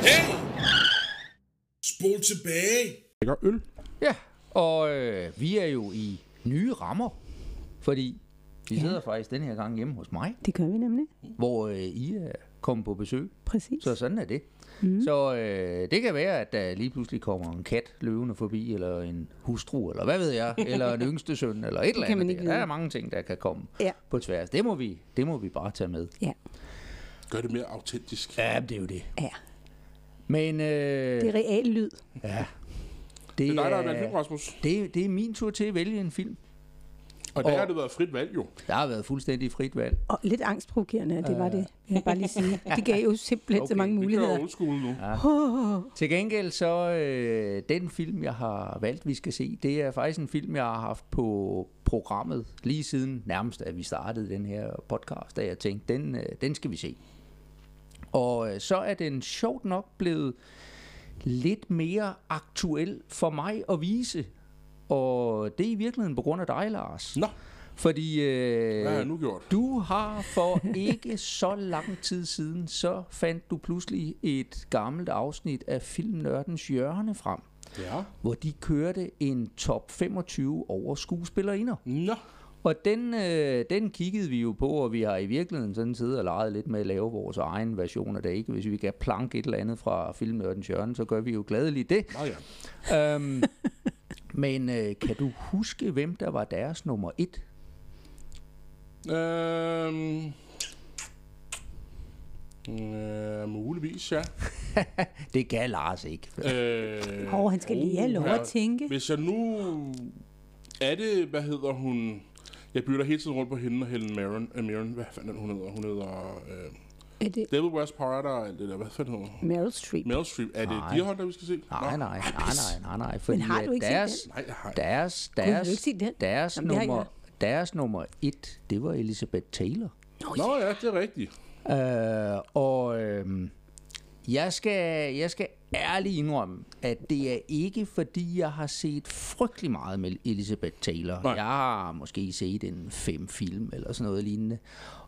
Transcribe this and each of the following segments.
Hey! Spol tilbage! Jeg gør øl. Ja, og vi er jo i nye rammer, fordi vi sidder faktisk den her gang hjemme hos mig, Det gør vi nemlig. hvor I er kommet på besøg. Præcis. Så sådan er det. Så det kan være, at der lige pludselig kommer en kat løvende forbi, eller en hustru, eller hvad ved jeg, eller en yngste søn, eller et eller kan man andet. ikke Der vide. er mange ting, der kan komme Ja. på tværs. Det må vi bare tage med. Ja. Gør det mere autentisk. Ja, det er jo det. Ja. Men Det er real lyd. ja, Det er dig, der har valgt film, Rasmus. det er min tur til at vælge en film. Og der har det været frit valg, jo. Der har været fuldstændig frit valg. Og lidt angstprovokerende, det var det. Jeg vil bare lige sige. Det gav jo simpelthen så mange Vi muligheder. kører old school nu. Til gengæld så den film, jeg har valgt, vi skal se, det er faktisk en film, jeg har haft på programmet lige siden nærmest, at vi startede den her podcast, da jeg tænkte, den skal vi se. Og så er den sjovt nok blevet lidt mere aktuel for mig at vise. Og det er i virkeligheden på grund af dig, Lars. Nå, Fordi hvad har jeg nu gjort? du har for ikke så lang tid siden, så fandt du pludselig et gammelt afsnit af Filmnørdens Hjørne frem, Ja. hvor de kørte en top 25 over skuespillerinder. Nå, Og den kiggede vi jo på, og vi har i virkeligheden sådan siddet og leget lidt med at lave vores egen version af det. Ikke? Hvis vi kan planke et eller andet fra Filmnørdens Hjørne, så gør vi jo gladeligt det. nå ja. Men kan du huske, hvem der var deres nummer 1? Muligvis, ja. Det kan Lars ikke. Han skal lige have lov at tænke. Hvis jeg nu... Er det, hvad hedder hun... Jeg bytter hele tiden rundt på hende og Helen Mirren. Hvad fanden hun hedder? Hun hedder... Er det Devil Wears Prada og alt det der. Hvad fanden hedder hun? Meryl Streep? Meryl Streep. Er det de hold, der vi skal se? Nej. Fordi Men har du ikke set deres, Nej, jeg har ikke. deres, Gud, har du ikke set den? deres, Jamen, det har jeg nummer, ikke. deres nummer 1, det var Elizabeth Taylor. Nå ja, det er rigtigt. Jeg skal ærligt indrømme, at det er ikke fordi, jeg har set frygtelig meget med Elizabeth Taylor. Nej. Jeg har måske set en 5 film eller sådan noget lignende.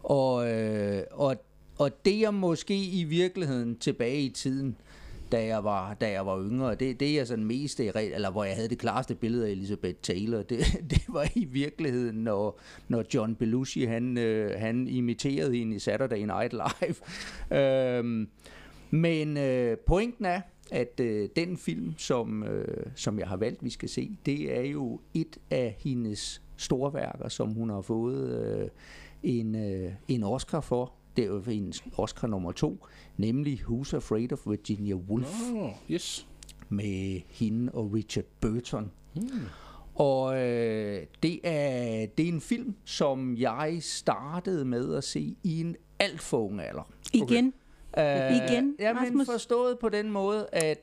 Og det er måske i virkeligheden tilbage i tiden, da jeg var yngre, det jeg sådan mest eller hvor jeg havde det klareste billede af Elizabeth Taylor, det var i virkeligheden når John Belushi han imiterede hende i Saturday Night Live. Men pointen er, at den film, som jeg har valgt, vi skal se, det er jo et af hendes storværker, som hun har fået en Oscar for. Det er jo hendes Oscar nummer 2, nemlig Who's Afraid of Virginia Woolf, Yes. med hende og Richard Burton. Og det er en film, som jeg startede med at se i en alt for ung alder. Igen? Igen, Jamen Rasmus? forstået på den måde, at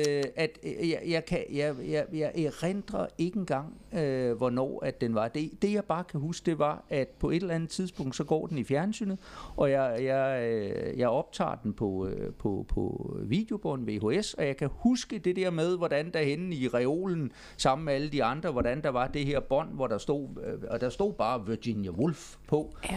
jeg erindrer ikke engang, hvornår at den var. Det jeg bare kan huske, det var, at på et eller andet tidspunkt, så går den i fjernsynet, og jeg optager den på videobånd VHS, og jeg kan huske det der med, hvordan der henne i reolen, sammen med alle de andre, hvordan der var det her bånd, hvor der stod bare Virginia Woolf på. Ja.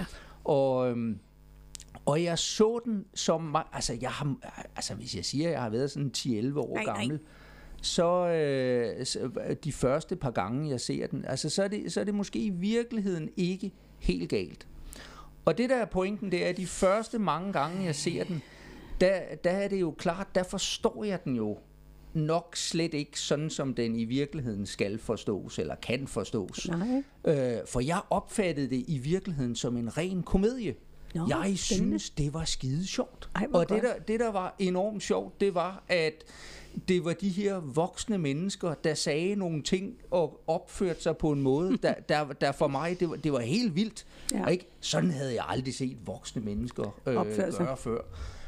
Og jeg så den som... hvis jeg siger, at jeg har været sådan 10-11 år gammel, så de første par gange, jeg ser den, så er det måske i virkeligheden ikke helt galt. Og det der er pointen, det er, at de første mange gange, jeg ser den, der er det jo klart, der forstår jeg den jo nok slet ikke sådan, som den i virkeligheden skal forstås, eller kan forstås. Nej. For jeg opfattede det i virkeligheden som en ren komedie. Nå, Jeg spændende. synes, det var skide sjovt. Ej, hvor Og godt. det der var enormt sjovt, det var, at det var de her voksne mennesker, der sagde nogle ting og opførte sig på en måde, der for mig, det var helt vildt. Ja. Ikke? Sådan havde jeg aldrig set voksne mennesker gøre før.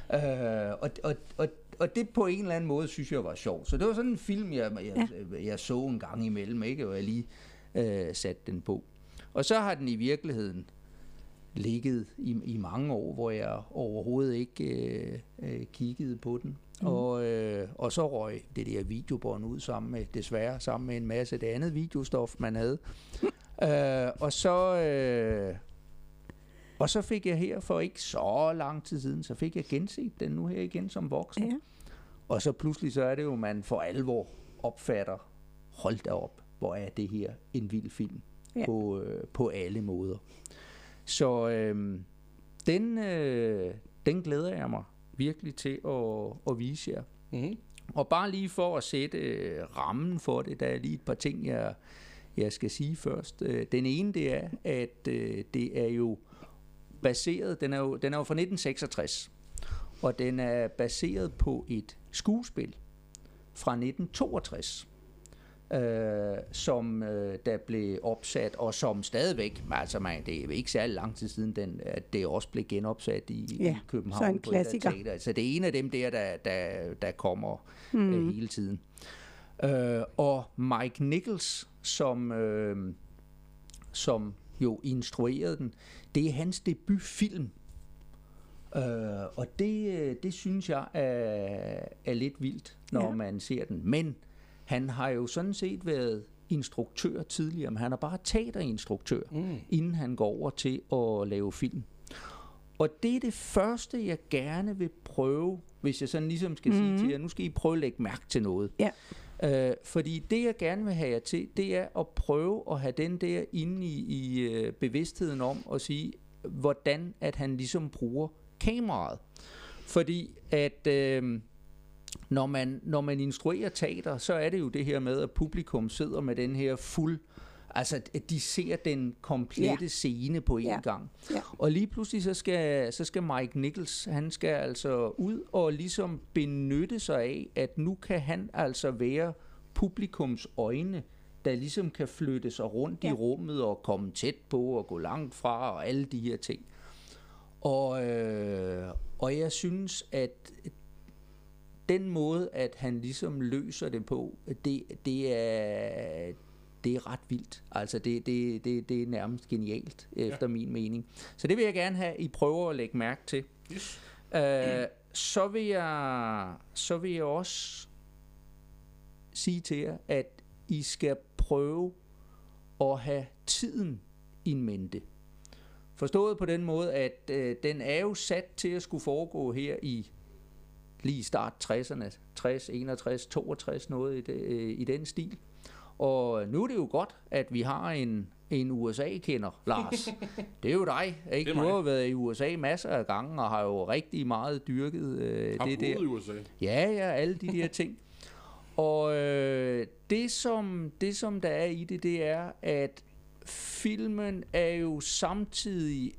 Og det på en eller anden måde, synes jeg var sjovt. Så det var sådan en film, jeg så en gang imellem, ikke? Og jeg lige satte den på. Og så har den i virkeligheden ligget i mange år, hvor jeg overhovedet ikke kiggede på den. Og så røg det der videobånd ud sammen med en masse af det andet videostof, man havde. Og så fik jeg her for ikke så lang tid siden, så fik jeg genset den nu her igen som voksen. Ja. Og så pludselig så er det jo, man for alvor opfatter, hold da op, hvor er det her en vild film på alle måder. Så den glæder jeg mig virkelig til at vise jer. Mm-hmm. Og bare lige for at sætte rammen for det, der er lige et par ting, jeg skal sige først. Den ene, det er, at det er jo baseret, den er jo fra 1966, og den er baseret på et skuespil fra 1962, som der blev opsat, og som stadigvæk, altså det er ikke særlig lang tid siden, at det også blev genopsat i København. Så en klassiker. Så det er en af dem der kommer hele tiden. Og Mike Nichols, som jo instruerede den, det er hans debutfilm. Og det synes jeg er lidt vildt, når man ser den. Men han har jo sådan set været instruktør tidligere, men han er bare teaterinstruktør, inden han går over til at lave film. Og det er det første, jeg gerne vil prøve, hvis jeg sådan ligesom skal sige til jer, nu skal I prøve at lægge mærke til noget. Ja. Fordi det, jeg gerne vil have jer til, det er at prøve at have den der inde i bevidstheden om at sige, hvordan at han ligesom bruger kameraet. Fordi at når man instruerer teater, så er det jo det her med, at publikum sidder med den her altså de ser den komplette scene på en gang. Ja. Og lige pludselig så skal Mike Nichols, han skal altså ud og ligesom benytte sig af, at nu kan han altså være publikums øjne, der ligesom kan flytte sig rundt i rummet og komme tæt på og gå langt fra og alle de her ting. Og jeg synes, at den måde, at han ligesom løser det på, det er ret vildt. Altså det er nærmest genialt, efter min mening. Så det vil jeg gerne have, I prøver at lægge mærke til. Yes. Så vil jeg også sige til jer, at I skal prøve at have tiden in mente. Forstået på den måde, at den er jo sat til at skulle foregå her i lige start 60'erne, 60, 61, 62, noget i den stil. Og nu er det jo godt, at vi har en USA-kender, Lars. Det er jo dig, ikke? Du har jo været i USA masser af gange, og har jo rigtig meget dyrket det der. i USA. Ja, alle de der ting. Og det som der er i det er, at filmen er jo samtidig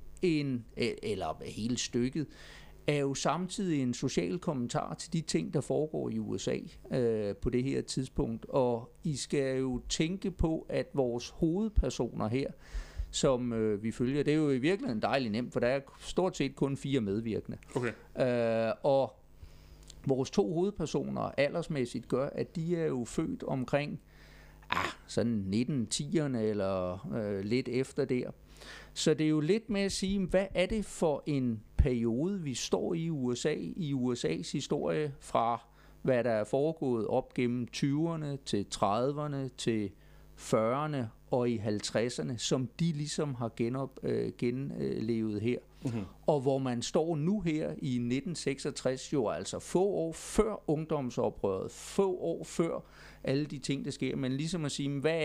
eller hele stykket, er jo samtidig en social kommentar til de ting, der foregår i USA på det her tidspunkt. Og I skal jo tænke på, at vores hovedpersoner her, som vi følger, det er jo i virkeligheden dejligt nemt, for der er stort set kun 4 medvirkende. Okay. Og vores 2 hovedpersoner aldersmæssigt gør, at de er jo født omkring sådan 1910'erne eller lidt efter der. Så det er jo lidt med at sige, hvad er det for en periode, vi står i USA's historie, fra hvad der er foregået op gennem 20'erne til 30'erne til 40'erne og i 50'erne, som de ligesom har genlevet her. Mm-hmm. Og hvor man står nu her i 1966, jo altså få år før ungdomsoprøret, få år før alle de ting, der sker, men ligesom at sige, hvad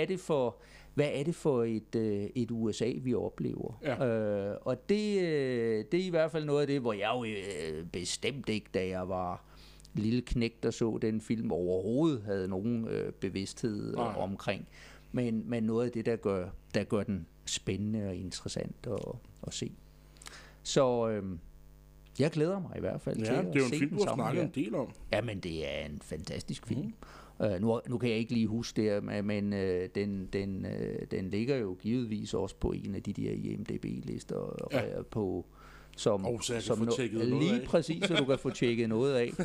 er det for et USA, vi oplever? Ja. Og det er i hvert fald noget af det, hvor jeg jo bestemt ikke, da jeg var lille knægt, der så den film, overhovedet havde nogen bevidsthed omkring. Men noget af det, der gør den spændende og interessant at se. Så jeg glæder mig i hvert fald til at se den. Ja, det er jo en film, du har snakket en del om. Jamen, det er en fantastisk film. Nu kan jeg ikke lige huske det, men den ligger jo givetvis også på en af de der IMDb-lister på, som lige præcis, så du kan få tjekket noget af.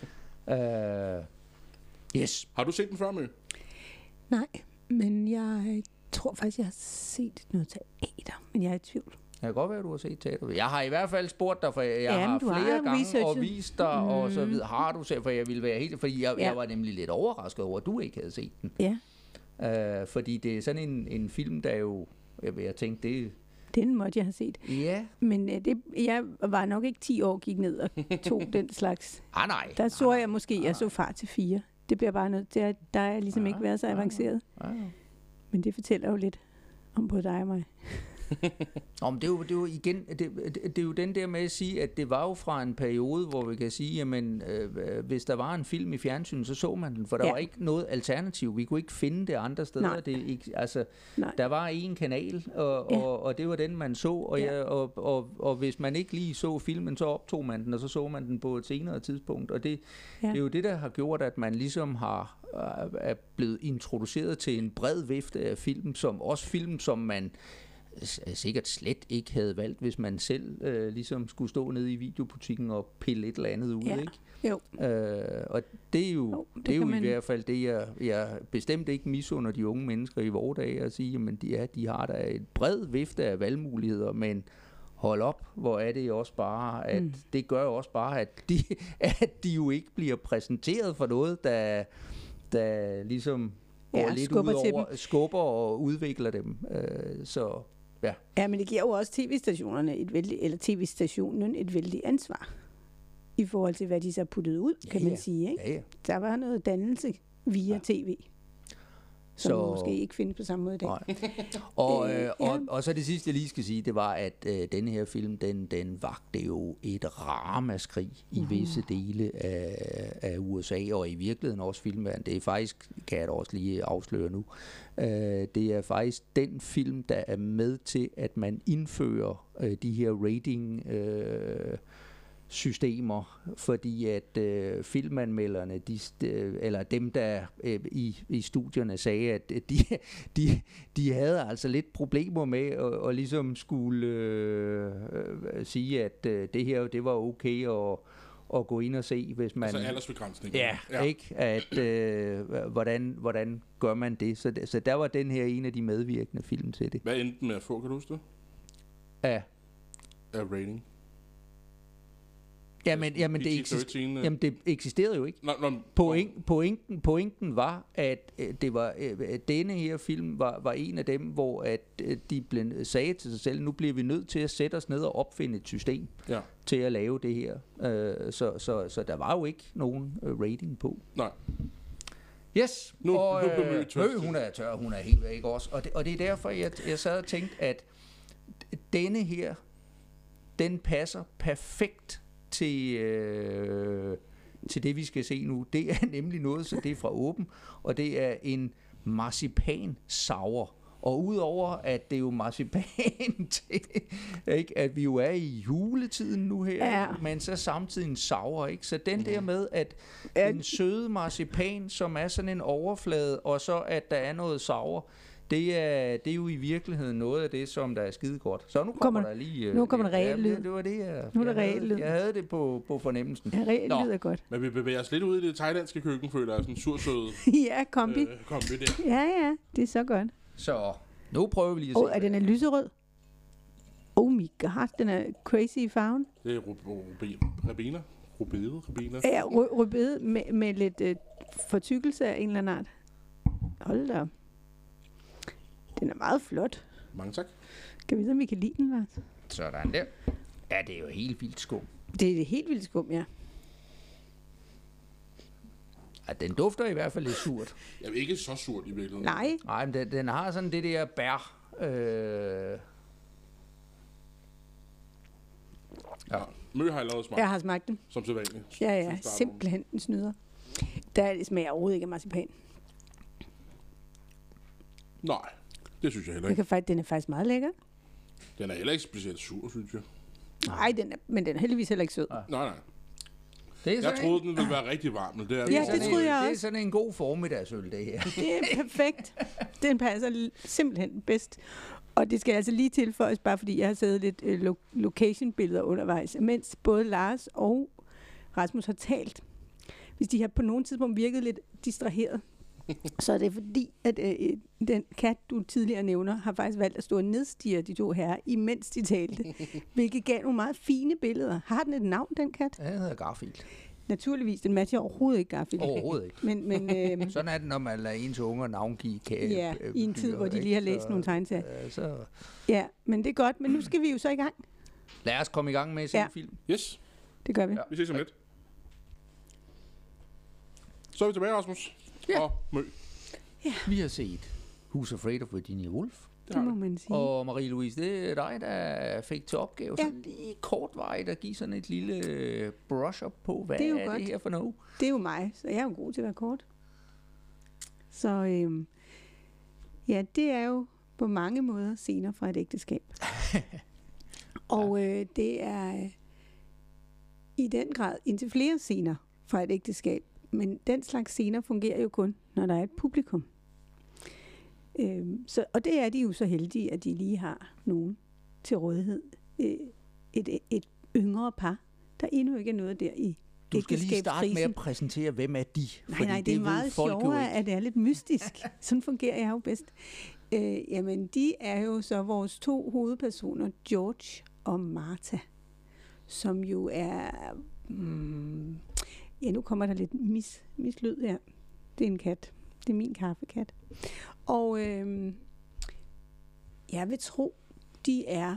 Yes. Har du set den før, Mø? Nej, men jeg tror faktisk, jeg har set noget teater, men jeg er i tvivl. Det kan godt være, at du har set teater. Jeg har i hvert fald spurgt dig, for jeg har flere gange og vist dig, og så videre. Har du set, for jeg ville være helt... Fordi jeg var nemlig lidt overrasket over, at du ikke havde set den. Ja. Fordi det er sådan en film, der jo... Jeg tænkte, Den måtte jeg have set. Ja. Men jeg var nok ikke 10 år, gik ned og tog den slags. Nej. Der så jeg måske, jeg så Far til 4. Det bliver bare nødt til, at der er ligesom ikke været så avanceret. Men det fortæller jo lidt om både dig og mig. Nå, men det er jo igen, det er jo den der med at sige, at det var jo fra en periode, hvor vi kan sige, jamen, hvis der var en film i fjernsynet, så man den, for der var ikke noget alternativ. Vi kunne ikke finde det andre steder. Nej. Det ikke, altså, der var en kanal, og det var den, man så, og hvis man ikke lige så filmen, så optog man den, og så man den på et senere tidspunkt. Og det er jo det, der har gjort, at man ligesom er blevet introduceret til en bred vifte af film, som man sikkert slet ikke havde valgt, hvis man selv ligesom skulle stå nede i videobutikken og pille et eller andet ud, ikke? Jo. Og det er jo, det er jo i hvert fald det, jeg bestemt ikke misunder de unge mennesker i vore dage at sige, jamen de har da et bred vifte af valgmuligheder, men hold op, hvor er det også bare, at det gør også bare, at de jo ikke bliver præsenteret for noget, der ligesom går lidt ud over, skubber og udvikler dem. Ja, men det giver jo også tv-stationerne tv-stationen et vældigt ansvar i forhold til, hvad de så har puttet ud, kan man sige. Ikke? Ja. Der var noget dannelse via tv, som måske ikke findes på samme måde i dag. Og så det sidste, jeg lige skal sige, det var, at denne her film, den vagte jo et ramaskrig i visse dele af USA, og i virkeligheden også filmverden. Det er faktisk, kan jeg da også lige afsløre nu, det er faktisk den film, der er med til, at man indfører de her rating systemer, fordi at filmanmelderne, eller dem der i studierne sagde, at de havde altså lidt problemer med at ligesom skulle sige, at det her, det var okay at gå ind og se, hvis man... Altså aldersbegrænsning. Ja, ikke? At, hvordan gør man det? Så der var den her en af de medvirkende film til det. Hvad endte med at få, kan du huske det? Af rating. Jamen det eksisterede jo ikke. Pointen var, at det var denne her film var en af dem, hvor at de sagde til sig selv, nu bliver vi nødt til at sætte os ned og opfinde et system til at lave det her. Så der var jo ikke nogen rating på. Nej. Yes. Nu hun er tør, hun er helt væk også. Og det er derfor, jeg sad og tænkte, at denne her, den passer perfekt til det, vi skal se nu. Det er nemlig noget, så det er fra Åben, og det er en marcipan sour. Og udover at det er jo marcipan til, ikke, at vi jo er i juletiden nu her, men så samtidig en sour, ikke? Så den der med, at en søde marcipan, som er sådan en overflade, og så at der er noget sour, det er jo i virkeligheden noget af det, som der er skide godt. Så nu kommer der lige... Nu kommer der reel lyd. Det var det, jeg havde det på fornemmelsen. Ja, reel lyd er godt. Men vi bevæger os lidt ud i det thailandske køkken, føler jeg, sådan en sursød kombi. Kombi der. Ja, det er så godt. Så nu prøver vi lige at se. Er den er lyserød? Oh my god, den er crazy i farven. Det er rubiner. Ja, rødbede med lidt fortykkelse af en eller anden art. Hold da op. Den er meget flot. Mange tak. Kan vi vide, om vi kan lide den, Lars? Sådan der. Ja, det er jo helt vildt skum. Det er helt vildt skum, ja. Ja, den dufter i hvert fald lidt surt. Jamen ikke så surt i virkeligheden. Nej, men den har sådan det der bær. Ja. Mø har allerede smagt. Jeg har smagt den. Som sædvanligt. Ja, simpelthen en snyder. Der smager overhovedet ikke af marcipan. Nej, det synes jeg heller ikke. Den er faktisk meget lækker. Den er heller ikke specielt sur, synes jeg. Nej, men den er heldigvis heller ikke sød. Nej. Jeg troede, den ville være rigtig varm. Det troede jeg også. Det er sådan en god formiddagsøl, det her. Det er perfekt. Den passer simpelthen bedst. Og det skal altså lige tilføjes, bare fordi jeg har taget lidt location-billeder undervejs, mens både Lars og Rasmus har talt. Hvis de har på nogen tidspunkt virket lidt distraheret, så er det fordi, at den kat, du tidligere nævner, har faktisk valgt at stå og nedstige de to herrer, imens de talte, hvilket gav nogle meget fine billeder. Har den et navn, den kat? Ja, den hedder Garfield. naturligvis, den matcher overhovedet ikke Garfield. Overhovedet ikke. Men Sådan er det, når man lader ens unger navngive ja, i en tid, hvor de lige har læst nogle tegneserier. Så Ja, men det er godt. Men nu skal vi jo så i gang. lad os komme i gang med at se Ja. film. Yes, Det gør vi. Ja. vi ses om lidt. Så er vi tilbage, Rasmus. Ja. Og Mø. Vi har set Who's Afraid of Virginia Woolf. Det Det har må vi. man sige. Og Marie-Louise, det er dig, der fik til opgave sådan lige kortvarigt at give sådan et lille brush-up på, hvad Det er jo er godt. det her for noget? Det er jo mig, så jeg er jo god til at være kort. Så ja, det er jo på mange måder scener fra et ægteskab. Og det er i den grad indtil flere scener fra et ægteskab. Men den slags scener fungerer jo kun, når der er et publikum. Og det er de jo så heldige, at de lige har nogen til rådighed. Et yngre par, der endnu ikke er noget der i Du skal lige starte med ægteskabskrisen. at præsentere, hvem er de? Nej, det er ved meget folk jo sjovere, ikke. at det er lidt mystisk. Sådan fungerer jeg jo bedst. Jamen, de er jo så vores 2 hovedpersoner, George og Martha, som jo er... ja, nu kommer der lidt mislyd her. Det er en kat. Det er min kaffekat. Og jeg vil tro, de er...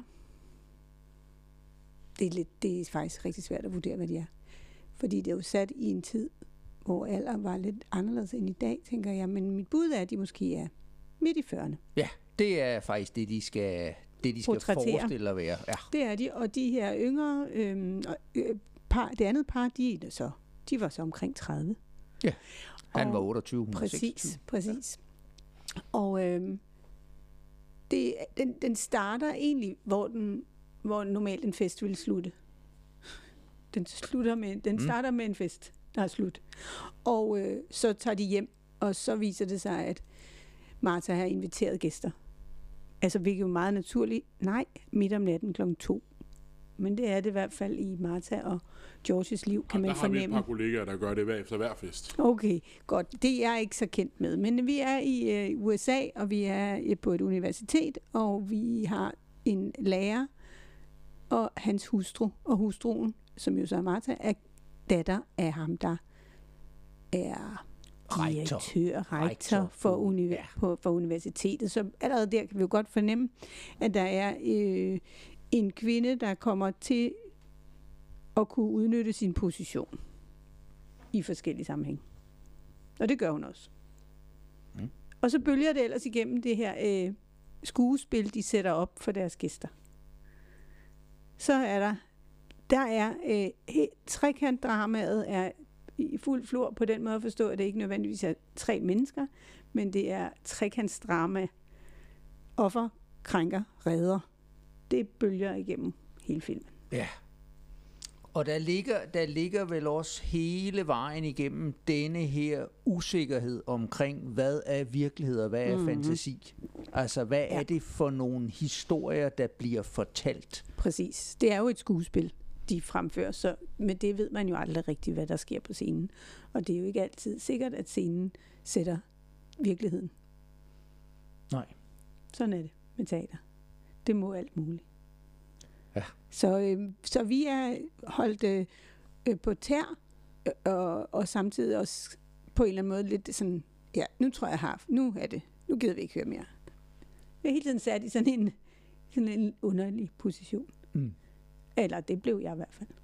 Det er faktisk rigtig svært at vurdere, hvad de er. Fordi det er jo sat i en tid, hvor alder var lidt anderledes end i dag, tænker jeg. Men mit bud er, at de måske er midt i 40'erne. Ja, det er faktisk det, de skal Portrættere. forestille at være. Ja. Det er de, og de her yngre par, det andet par, de var så omkring 30. Han Og- var 28, hun var 26. Præcis. Og den starter egentlig, hvor normalt en fest ville slutte. Den starter med en fest, der er slut. Og så tager de hjem, og så viser det sig, at Martha har inviteret gæster. Altså, hvilket er jo meget naturligt. Nej, midt om natten kl. 2. Men det er det i hvert fald i Martha og Georges liv, kan Og man der har vi et fornemme. par kollegaer, der gør det efter hver fest. Okay, godt. Det er jeg ikke så kendt med. Men vi er i USA, og vi er på et universitet, og vi har en lærer og hans hustru. Og hustruen, som jo så er Martha, er datter af ham, der er rektor for universitetet. Så allerede der kan vi jo godt fornemme, at der er en kvinde, der kommer til at kunne udnytte sin position i forskellige sammenhæng. Og det gør hun også. Mm. Og så bølger det ellers igennem det her skuespil, de sætter op for deres gæster. Så er der trekantdramaet er i fuld flor på den måde at forstå, at det ikke nødvendigvis er 3 mennesker, men det er trekantsdrama, offer, krænker, redder. Det bølger igennem hele filmen. Ja. Og der ligger vel også hele vejen igennem denne her usikkerhed omkring, hvad er virkelighed og hvad er fantasi. Altså, hvad er det for nogle historier, der bliver fortalt? Præcis. Det er jo et skuespil, de fremfører, så med det ved man jo aldrig rigtigt, hvad der sker på scenen. Og det er jo ikke altid sikkert, at scenen sætter virkeligheden. Nej. Sådan er det med teater. Det må alt muligt. Ja. Så vi er holdt på tær, og samtidig også på en eller anden måde lidt sådan, ja, nu tror jeg nu er det, nu gider vi ikke høre mere. Jeg er hele tiden sat i sådan en underlig position. Mm. Eller det blev jeg i hvert fald.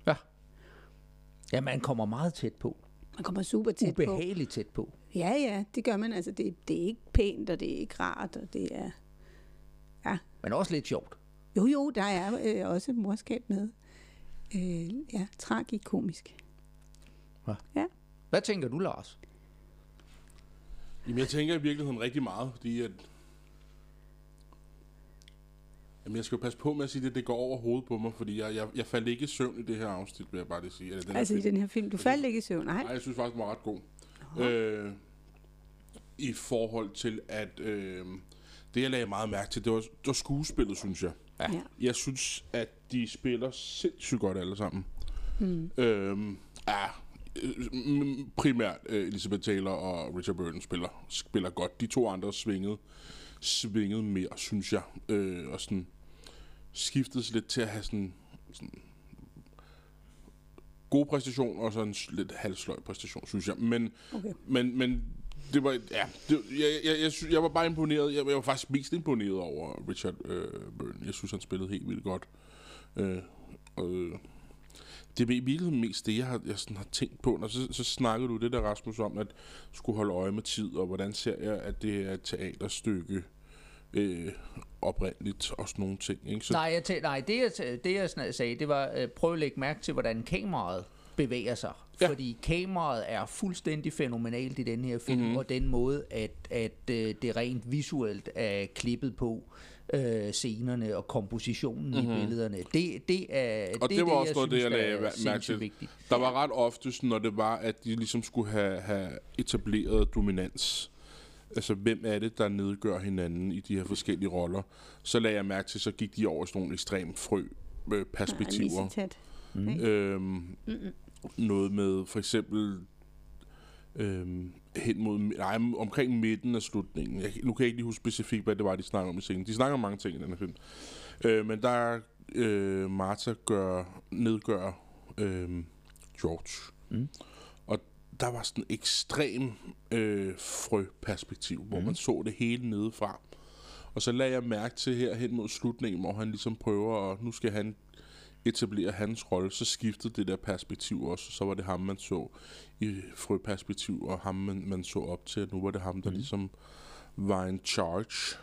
Ja, man kommer meget tæt på. Man kommer super tæt på. Ubehageligt tæt på. Ja, det gør man. Altså, det er ikke pænt, og det er ikke rart, og det er... Ja. Men også lidt sjovt. Jo, der er også morskab med. Tragikomisk. Hvad tænker du, Lars? Jamen, jeg tænker i virkeligheden rigtig meget, fordi at... Jamen, jeg skal jo passe på med at sige, at det går over hovedet på mig, fordi jeg faldt ikke i søvn i det her afsnit, vil jeg bare lige sige. Eller den Altså her i den her film. Du faldt ikke i søvn, nej? Nej, jeg synes faktisk, den var ret god. I forhold til, at det, jeg lagde meget mærke til, det var skuespillet, synes jeg. Ja. Jeg synes, at de spiller sindssygt godt alle sammen. Primært Elizabeth Taylor og Richard Burton spiller godt. De 2 andre svingede mere, synes jeg. Og sådan skiftedes lidt til at have sådan god præstation, og så en lidt halvsløj præstation, synes jeg. Men det var, ja, jeg var bare imponeret. Jeg var faktisk mest imponeret over Richard Burton. Jeg synes, han spillede helt vildt godt. Det er i virkeligheden mest det, jeg sådan har tænkt på. Og så snakkede du det der, Rasmus, om at skulle holde øje med tid, og hvordan ser jeg, at det er et teaterstykke oprindeligt og sådan nogle ting. Ikke? Så Det jeg sagde, det var prøv at lægge mærke til, hvordan kameraet bevæger sig. Ja. Fordi kameraet er fuldstændig fænomenalt i den her film, og den måde, at det rent visuelt er klippet på scenerne og kompositionen i billederne. Det var også noget, det jeg lagde mærke til. Vigtigt. Der var ret ofte, når det var, at de ligesom skulle have etableret dominans. Altså, hvem er det, der nedgør hinanden i de her forskellige roller? Så lagde jeg mærke til, så gik de over i sådan nogle ekstremt perspektiver. Noget med for eksempel hen mod omkring midten af slutningen. Nu kan jeg ikke lige huske specifikt, hvad det var, de snakker om i scenen. De snakker om mange ting i den her film. Men der Martha nedgør George. Og der var sådan en ekstrem frøperspektiv, hvor man så det hele nedefra. Og så lagde jeg mærke til her hen mod slutningen, hvor han ligesom prøver, og nu skal han etablere hans rolle, så skiftede det der perspektiv også, så var det ham, man så i frøperspektiv, og ham, man så op til, nu var det ham, der ligesom var en charge.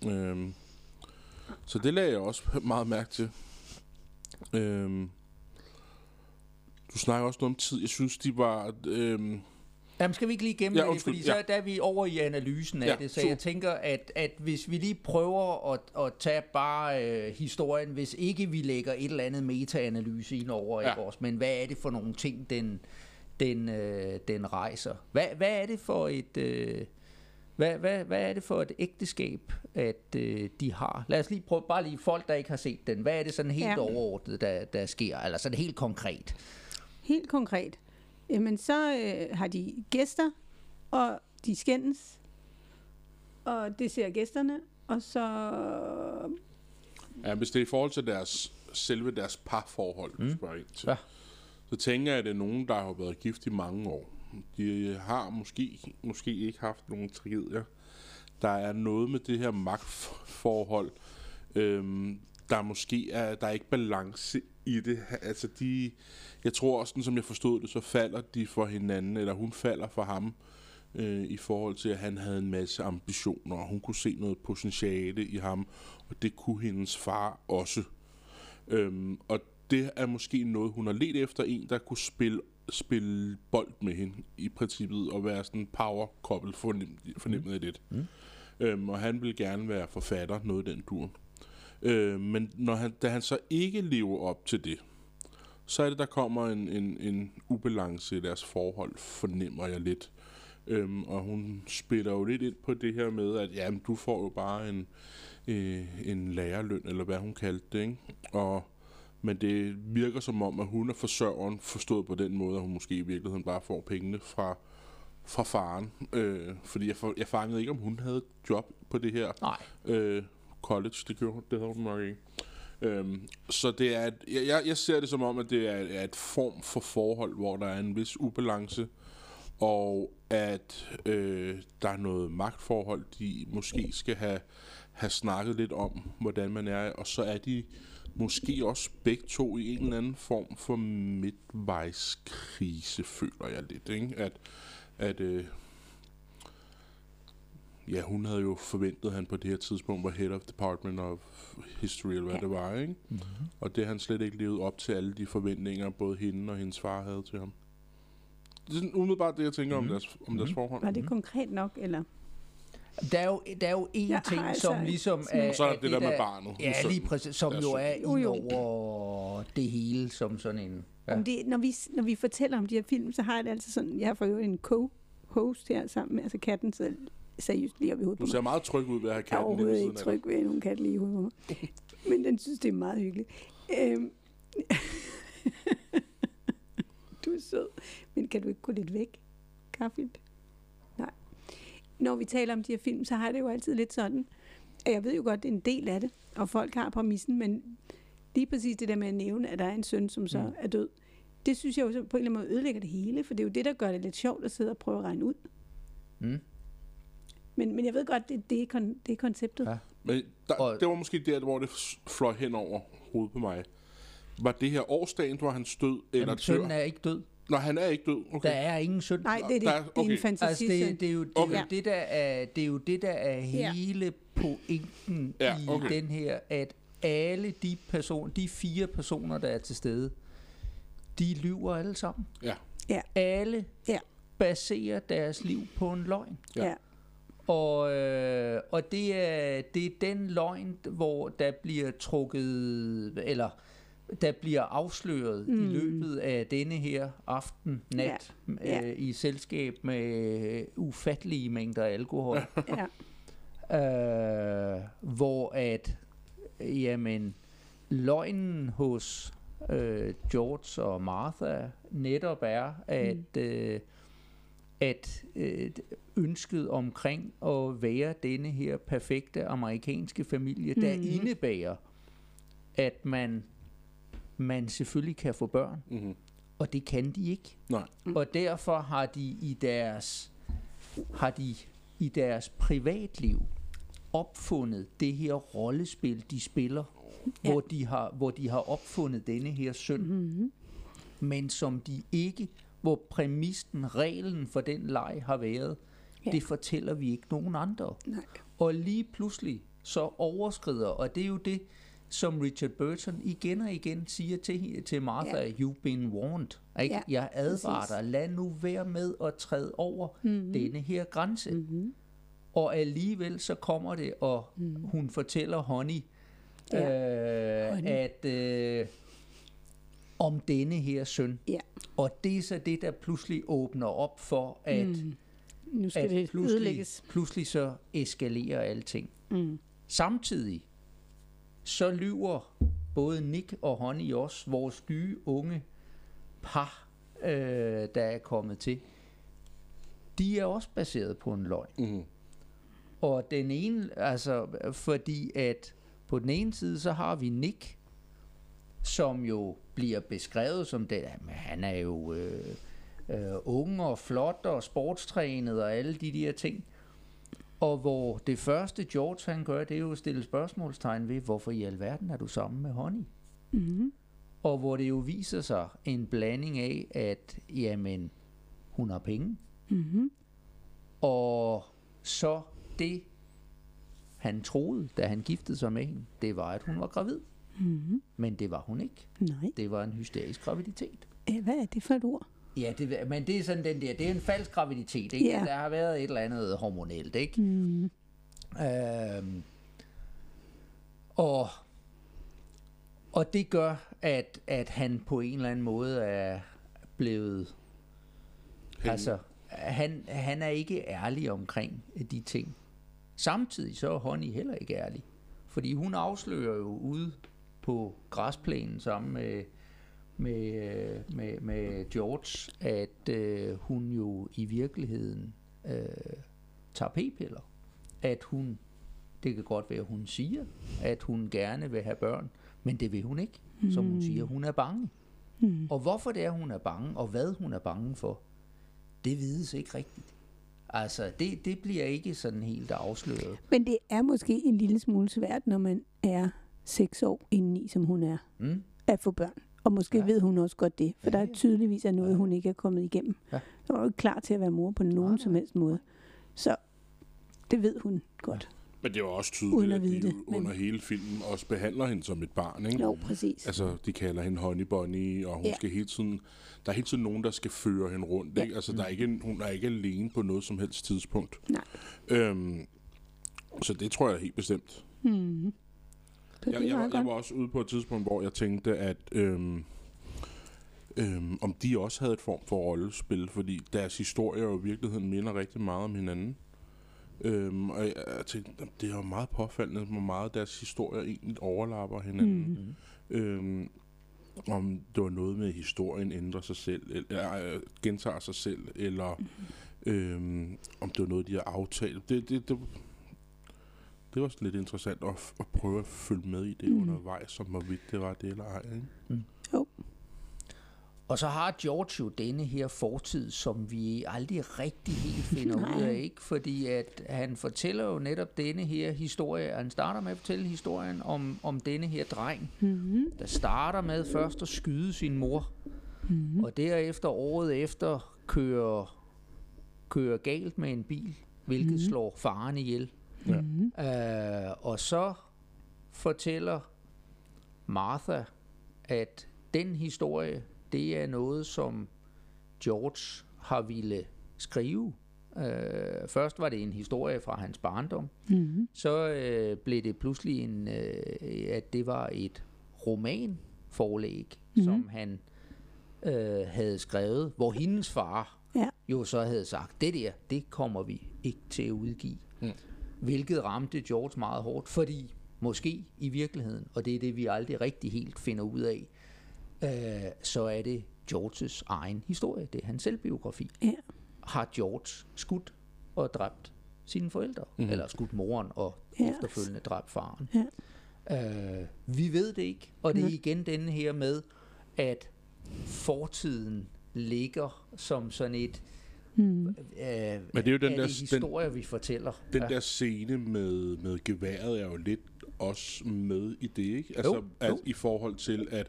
Så det lagde jeg også meget mærke til. Du snakker også noget om tid. Jeg synes, de var... Jamen, skal vi ikke lige gennem det? Fordi så der er vi over i analysen af det, så jeg tænker, at hvis vi lige prøver at tage bare historien, hvis ikke vi lægger et eller andet meta-analyse ind over, ikke også, men hvad er det for nogle ting, den rejser? Hvad er det for et... Hvad er det for et ægteskab, at de har? Lad os lige prøve, bare lige folk, der ikke har set den. Hvad er det sådan helt overordnet, der sker? Eller sådan helt konkret? Helt konkret. Jamen, så har de gæster, og de skændes, og det ser gæsterne, og så... Ja, hvis det er i forhold til deres parforhold, spørger ind til, så tænker jeg, at det er nogen, der har været gift i mange år. De har måske ikke haft nogen tragedier. Der er noget med det her magtforhold, der måske der er ikke balance i det. Altså jeg tror også, som jeg forstod det, så falder de for hinanden, eller hun falder for ham, i forhold til, at han havde en masse ambitioner, og hun kunne se noget potentiale i ham, og det kunne hendes far også. Og det er måske noget, hun har let efter, en, der kunne spille bold med hende, i princippet, og være sådan en power-couple fornemmet af det. Og han vil gerne være forfatter, noget den dur. Men da han så ikke lever op til det, så er det, der kommer en ubalance i deres forhold, fornemmer jeg lidt. Og hun spiller jo lidt ind på det her med, at jamen, du får jo bare en lærerløn, eller hvad hun kaldte det, ikke? Men det virker som om, at hun er forsørgeren, forstået på den måde, at hun måske i virkeligheden bare får pengene fra faren. Fordi jeg fangede ikke, om hun havde et job på det her college. Det havde hun nok ikke. Så det er jeg ser det som om, at det er et form for forhold, hvor der er en vis ubalance, og at der er noget magtforhold, de måske skal have snakket lidt om, hvordan man er, og så er de måske også begge to i en eller anden form for midtvejskrise, føler jeg lidt, ikke? At hun havde jo forventet, at han på det her tidspunkt var head of Department of History, eller hvad det var, ikke? Og det han slet ikke levet op til alle de forventninger, både hende og hendes far havde til ham. Det er sådan umiddelbart det, jeg tænker om deres forhold. Var det konkret nok, eller? Der er jo en ting, som ligesom er... Så er det der med barnet. Ja, lige præcis, som jo er ind over det hele, som sådan en... Ja. Når vi fortæller om de her film, så har jeg det altid sådan... Jeg har for øvrigt en co-host her sammen med, altså katten, så seriøst lige op i hovedet på mig. Du ser meget tryg ud ved at have katten. Jeg er overhovedet ikke tryg ved at nogle katte lige i hovedet på mig. Men den synes, det er meget hyggeligt. Du er sød. Men kan du ikke gå lidt væk, Garfield? Nej. Når vi taler om de her film, så har det jo altid lidt sådan, at jeg ved jo godt, det er en del af det, og folk har præmissen, men lige præcis det der med at nævne, at der er en søn, som så er død, det synes jeg jo så på en eller anden måde ødelægger det hele, for det er jo det, der gør det lidt sjovt at sidde og prøve at regne ud. Men jeg ved godt, det er konceptet. Ja. Men det var måske der, hvor det fløj hen over hovedet på mig. Var det her årsdagen, hvor han stød? Jamen, sønnen er ikke død. Nå, han er ikke død. Okay. Der er ingen søn. Nej, det er en fantasi. Altså, det er jo det, der er hele pointen i den her, at alle de 4 personer, der er til stede, de lyver alle sammen. Ja. Alle baserer deres liv på en løgn. Ja. Og det er den løgn, hvor der bliver trukket, eller der bliver afsløret i løbet af denne her nat i selskab med ufattelige mængder alkohol. Hvor at løgnen hos George og Martha netop er, at ønsket omkring at være denne her perfekte amerikanske familie, der indebærer, at man selvfølgelig kan få børn, og det kan de ikke. Nej. Og derfor har de i deres privatliv opfundet det her rollespil, de spiller, hvor de har opfundet denne her søn, men som de ikke, hvor præmissen, reglen for den leg har været, det fortæller vi ikke nogen andre. Nej. Og lige pludselig så overskrider, og det er jo det, som Richard Burton igen og igen siger til Martha, you've been warned. Ikke? Jeg advarer dig, lad nu være med at træde over denne her grænse. Og alligevel så kommer det, og hun fortæller Honey, at om denne her søn. Og det er så det, der pludselig åbner op for, at, nu skal det ødelægges. Pludselig så eskalerer alting. Samtidig så lyver både Nick og Honey også, vores nye unge par, der er kommet til. De er også baseret på en løgn. Og den ene, altså fordi at på den ene side, så har vi Nick, som jo bliver beskrevet som det, han er jo ung og flot og sportstrænet og alle de der ting. Og hvor det første George han gør, det er jo at stille spørgsmålstegn ved, hvorfor i alverden er du sammen med Honey? Og hvor det jo viser sig en blanding af, at jamen, hun har penge. Og så det, han troede, da han giftede sig med hende, det var, at hun var gravid. Men det var hun ikke. Nej. Det var en hysterisk graviditet. Hvad er det for et ord? Ja, men det er sådan den der, det er en falsk graviditet, ikke? Der har været et eller andet hormonelt, ikke? Og det gør, at han på en eller anden måde er blevet, altså, han er ikke ærlig omkring de ting. Samtidig så er Honey heller ikke ærlig, fordi hun afslører jo ude på græsplænen sammen med George, at hun jo i virkeligheden tager p-piller. At hun, det kan godt være, at hun siger, at hun gerne vil have børn, men det vil hun ikke. Som hun siger, hun er bange. Og hvorfor det er, hun er bange, og hvad hun er bange for, det vides ikke rigtigt. Altså, det bliver ikke sådan helt afsløret. Men det er måske en lille smule svært, når man er 6 år indeni, som hun er, at få børn. Og måske ved hun også godt det, for der er tydeligvis noget, hun ikke er kommet igennem. Hun er jo ikke klar til at være mor på nogen som helst måde. Så det ved hun godt. Men det var også tydeligt, at de under hele filmen også behandler hende som et barn, ikke? Jo, præcis. Altså, de kalder hende Honey Bunny, og hun skal hele tiden, der er hele tiden nogen, der skal føre hende rundt, ikke? Altså, hun er ikke alene på noget som helst tidspunkt. Nej. Så det tror jeg helt bestemt. Jeg var også ude på et tidspunkt, hvor jeg tænkte, at om de også havde et form for rollespil, fordi deres historier jo i virkeligheden minder rigtig meget om hinanden. Og jeg tænkte, det er jo meget påfaldende, hvor meget deres historier egentlig overlapper hinanden. Om det var noget med, historien ændrer sig selv, eller gentager sig selv, eller om det var noget, de har aftalt. Det var også lidt interessant at prøve at følge med i det undervejs, som hvorvidt det var det eller ej, ikke? Jo. Og så har George jo denne her fortid, som vi aldrig rigtig helt finder ud af, ikke? Fordi at han fortæller jo netop denne her historie. Han starter med at fortælle historien om denne her dreng, der starter med først at skyde sin mor, og derefter året efter kører galt med en bil, hvilket slår faren ihjel. Og så fortæller Martha, at den historie, det er noget, som George har ville skrive. Først var det en historie fra hans barndom. Så blev det pludselig at det var et romanforlæg, som han havde skrevet, hvor hendes far jo så havde sagt, det kommer vi ikke til at udgive. Hvilket ramte George meget hårdt, fordi måske i virkeligheden, og det er det, vi aldrig rigtig helt finder ud af, så er det Georges egen historie. Det er hans selvbiografi. Har George skudt og dræbt sine forældre, eller skudt moren og efterfølgende dræbt faren. Vi ved det ikke, og det er igen denne her med, at fortiden ligger som sådan et men det er jo den der historie, vi fortæller. Den der scene med geværet er jo lidt også med i det, ikke? Altså jo. I forhold til at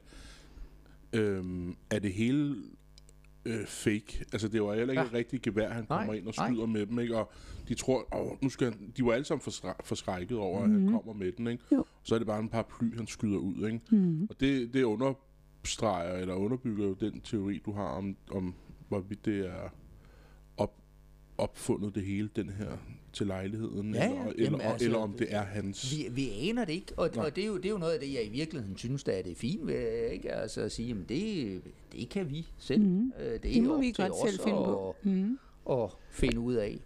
er det hele fake. Altså det var heller ikke et rigtigt gevær, han kommer ind og skyder med dem, ikke? Og de tror, nu skal han, de var alle sammen forskrækket over, at han kommer med den, ikke? Så er det bare en paraply, han skyder ud, ikke? Og det understreger eller underbygger jo den teori, du har om hvorvidt det er opfundet det hele, den her til lejligheden, eller om det er hans. Vi aner det ikke, og det er jo noget af det, jeg i virkeligheden synes, der er det fine ved, ikke? Altså at sige, jamen det kan vi selv. Det må vi godt selv finde på. Og finde ud af,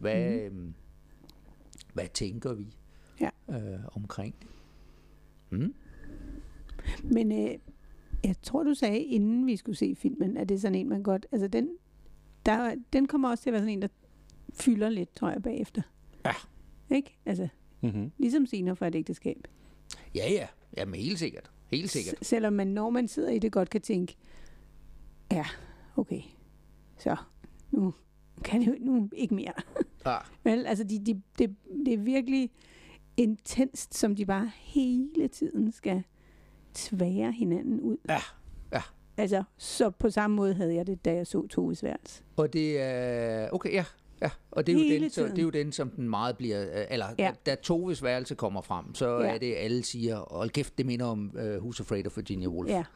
hvad tænker vi omkring det. Men jeg tror, du sagde, inden vi skulle se filmen, at det er sådan en, man godt, altså den kommer også til at være sådan en, der fylder lidt, tror jeg, bagefter. Ja. Ikke? Altså, ligesom scener fra et ægteskab. Ja. Jamen, helt sikkert. Helt sikkert. Selvom man, når man sidder i det, godt kan tænke, ja, okay, så nu kan det nu ikke mere. Vel, altså, det er virkelig intenst, som de bare hele tiden skal tvære hinanden ud. Ja. Altså, så på samme måde havde jeg det, da jeg så Toves værelse. Og det er, okay, ja. Og det er jo den, som den meget bliver, da Toves værelse kommer frem, så er det, alle siger, hold kæft, det minder om Who's Afraid of Virginia Woolf. Ja.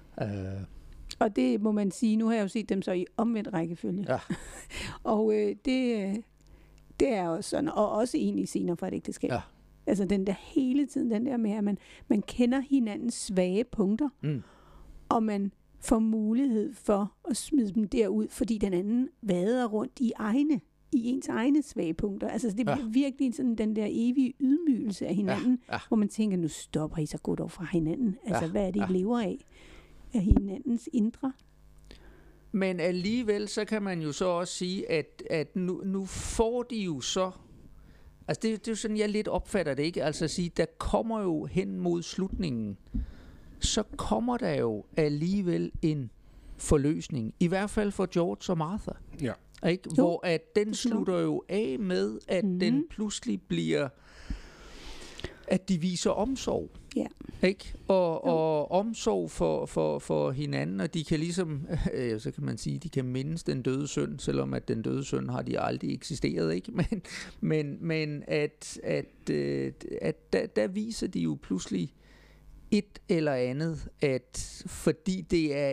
Og det må man sige, nu har jeg jo set dem så i omvendt rækkefølge. Ja. Og det er også sådan, og også egentlig scener fra et ægteskab. Ja. Altså den der hele tiden, den der med, at man kender hinandens svage punkter, og man får mulighed for at smide dem derud, fordi den anden vader rundt i ens egne svage punkter. Altså det bliver virkelig sådan den der evige ydmygelse af hinanden, hvor man tænker, nu stopper I så godt over fra hinanden. Altså hvad er det, I lever af hinandens indre? Men alligevel, så kan man jo så også sige, at nu får de jo så, altså det er jo sådan, jeg lidt opfatter det, ikke? Altså at sige, der kommer jo hen mod slutningen, så kommer der jo alligevel en forløsning, i hvert fald for George og Martha. Ja. Ikke? Hvor at den slutter jo af med, at den pludselig bliver, at de viser omsorg. Ja. Ikke? Og omsorg for hinanden, og de kan ligesom, så kan man sige, de kan mindes den døde søn, selvom at den døde søn har de aldrig eksisteret, ikke? Men at der viser de jo pludselig et eller andet, at fordi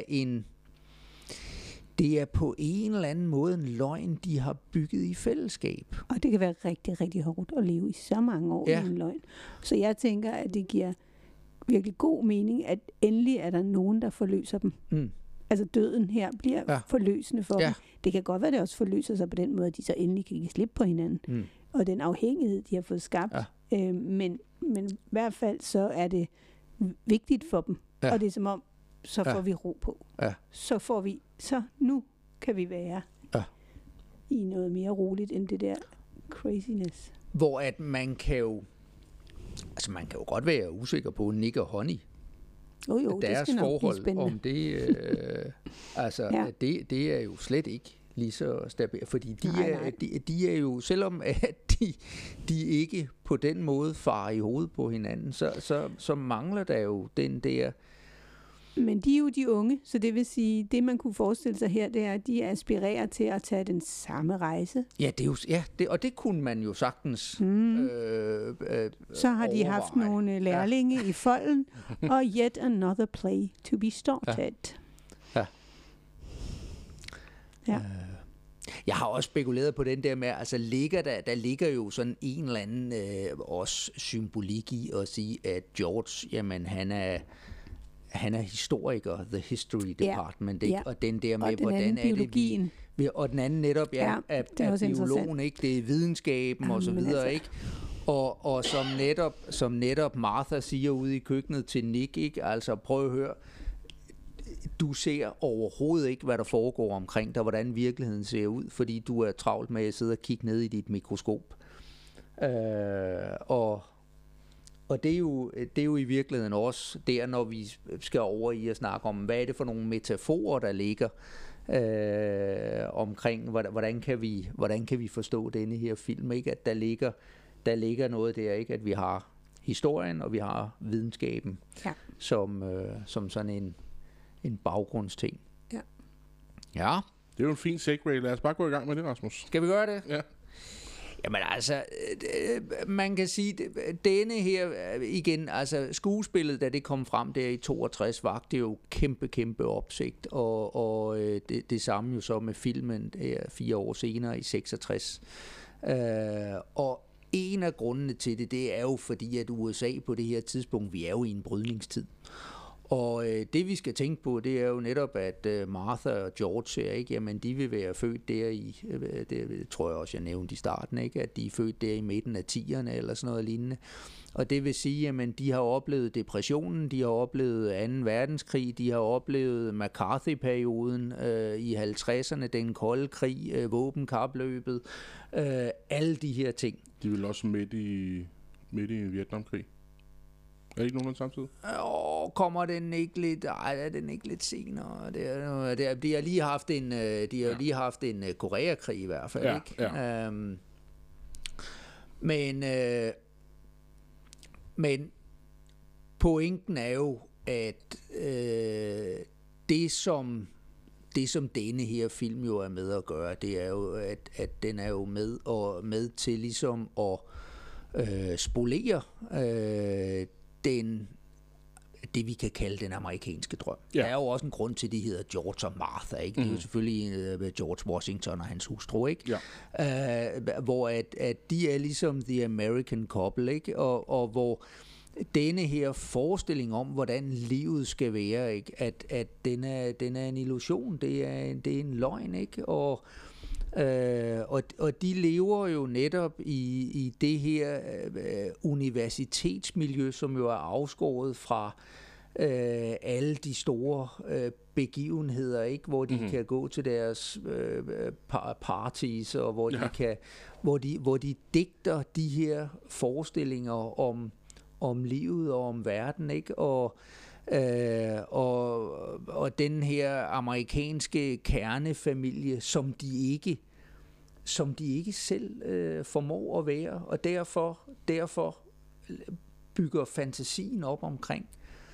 det er på en eller anden måde en løgn, de har bygget i fællesskab. Og det kan være rigtig, rigtig hårdt at leve i så mange år i en løgn. Så jeg tænker, at det giver virkelig god mening, at endelig er der nogen, der forløser dem. Altså døden her bliver forløsende for dem. Det kan godt være, at det også forløser sig på den måde, at de så endelig kan give slip på hinanden. Og den afhængighed, de har fået skabt. Men i hvert fald så er det vigtigt for dem. Og det er som om, så får vi ro på. Så nu kan vi være i noget mere roligt end det der craziness. Hvor at man kan jo godt være usikker på Nick og Honey. Jo, deres det skal nok blive forhold, spændende. om det, det er jo slet ikke lige så stabilt, fordi de er jo, selvom at de ikke på den måde farer i hovedet på hinanden, så mangler der jo den der. Men de er jo de unge, så det vil sige, det man kunne forestille sig her, det er, at de aspirerer til at tage den samme rejse. Ja, det er jo, og det kunne man jo sagtens Så har de haft nogle lærlinge i folden, og yet another play to be started. Ja. Jeg har også spekuleret på den der med, altså der ligger jo sådan en eller anden også symbolik i at sige, at George, jamen han er historiker, the history department, ikke? Og den der med, og den hvordan er biologien. det og den anden netop, er biologen, ikke? Det er videnskaben og så videre, ikke? Og som netop Martha siger ude i køkkenet til Nick, ikke? Altså prøv at høre, du ser overhovedet ikke, hvad der foregår omkring dig, hvordan virkeligheden ser ud, fordi du er travlt med at sidde og kigge ned i dit mikroskop. Og det er jo i virkeligheden også der, når vi skal over i at snakke om, hvad er det for nogle metaforer, der ligger omkring, hvordan kan vi forstå denne her film, ikke? At der ligger noget der, ikke? At vi har historien, og vi har videnskaben som sådan en baggrundsting. Ja. Det er jo en fin segue. Lad os bare gå i gang med det, Rasmus. Skal vi gøre det? Ja. Jamen altså, man kan sige, denne her igen, altså skuespillet, da det kom frem der i 62, vagte jo kæmpe opsigt, og det samme jo så med filmen 4 år senere i 66. Og en af grundene til det er jo fordi, at USA på det her tidspunkt, vi er jo i en brydningstid. Og det vi skal tænke på, det er jo netop, at Martha og George her, ikke, jamen de vil være født der i, det tror jeg også, jeg nævnte i starten, ikke, at de er født der i midten af 10'erne eller sådan noget lignende. Og det vil sige, jamen de har oplevet depressionen, de har oplevet 2. verdenskrig, de har oplevet McCarthy-perioden i 50'erne, den kolde krig, våbenkapløbet, alle de her ting. De vil også midt i en Vietnamkrig. Er det ikke nogen samtidig? Kommer den ikke lidt? Nej, er den ikke lidt senere? De har lige haft en Koreakrig i hvert fald, ikke? Ja. Men pointen er jo, at det som denne her film jo er med at gøre, det er jo, at den er jo med til ligesom at spolere det vi kan kalde den amerikanske drøm. Ja. Der er jo også en grund til, at de hedder George og Martha, ikke? Det er jo selvfølgelig George Washington og hans hustru, ikke? Ja. Hvor at de er ligesom the American couple, ikke? Og hvor denne her forestilling om, hvordan livet skal være, ikke? At den er en illusion, det er en løgn, ikke? Og de lever jo netop i det her universitetsmiljø, som jo er afskåret fra alle de store begivenheder, ikke, hvor de kan gå til deres parties, og hvor de digter de her forestillinger om livet og om verden, ikke, og den her amerikanske kernefamilie, som de ikke selv formår at være, og derfor bygger fantasien op omkring.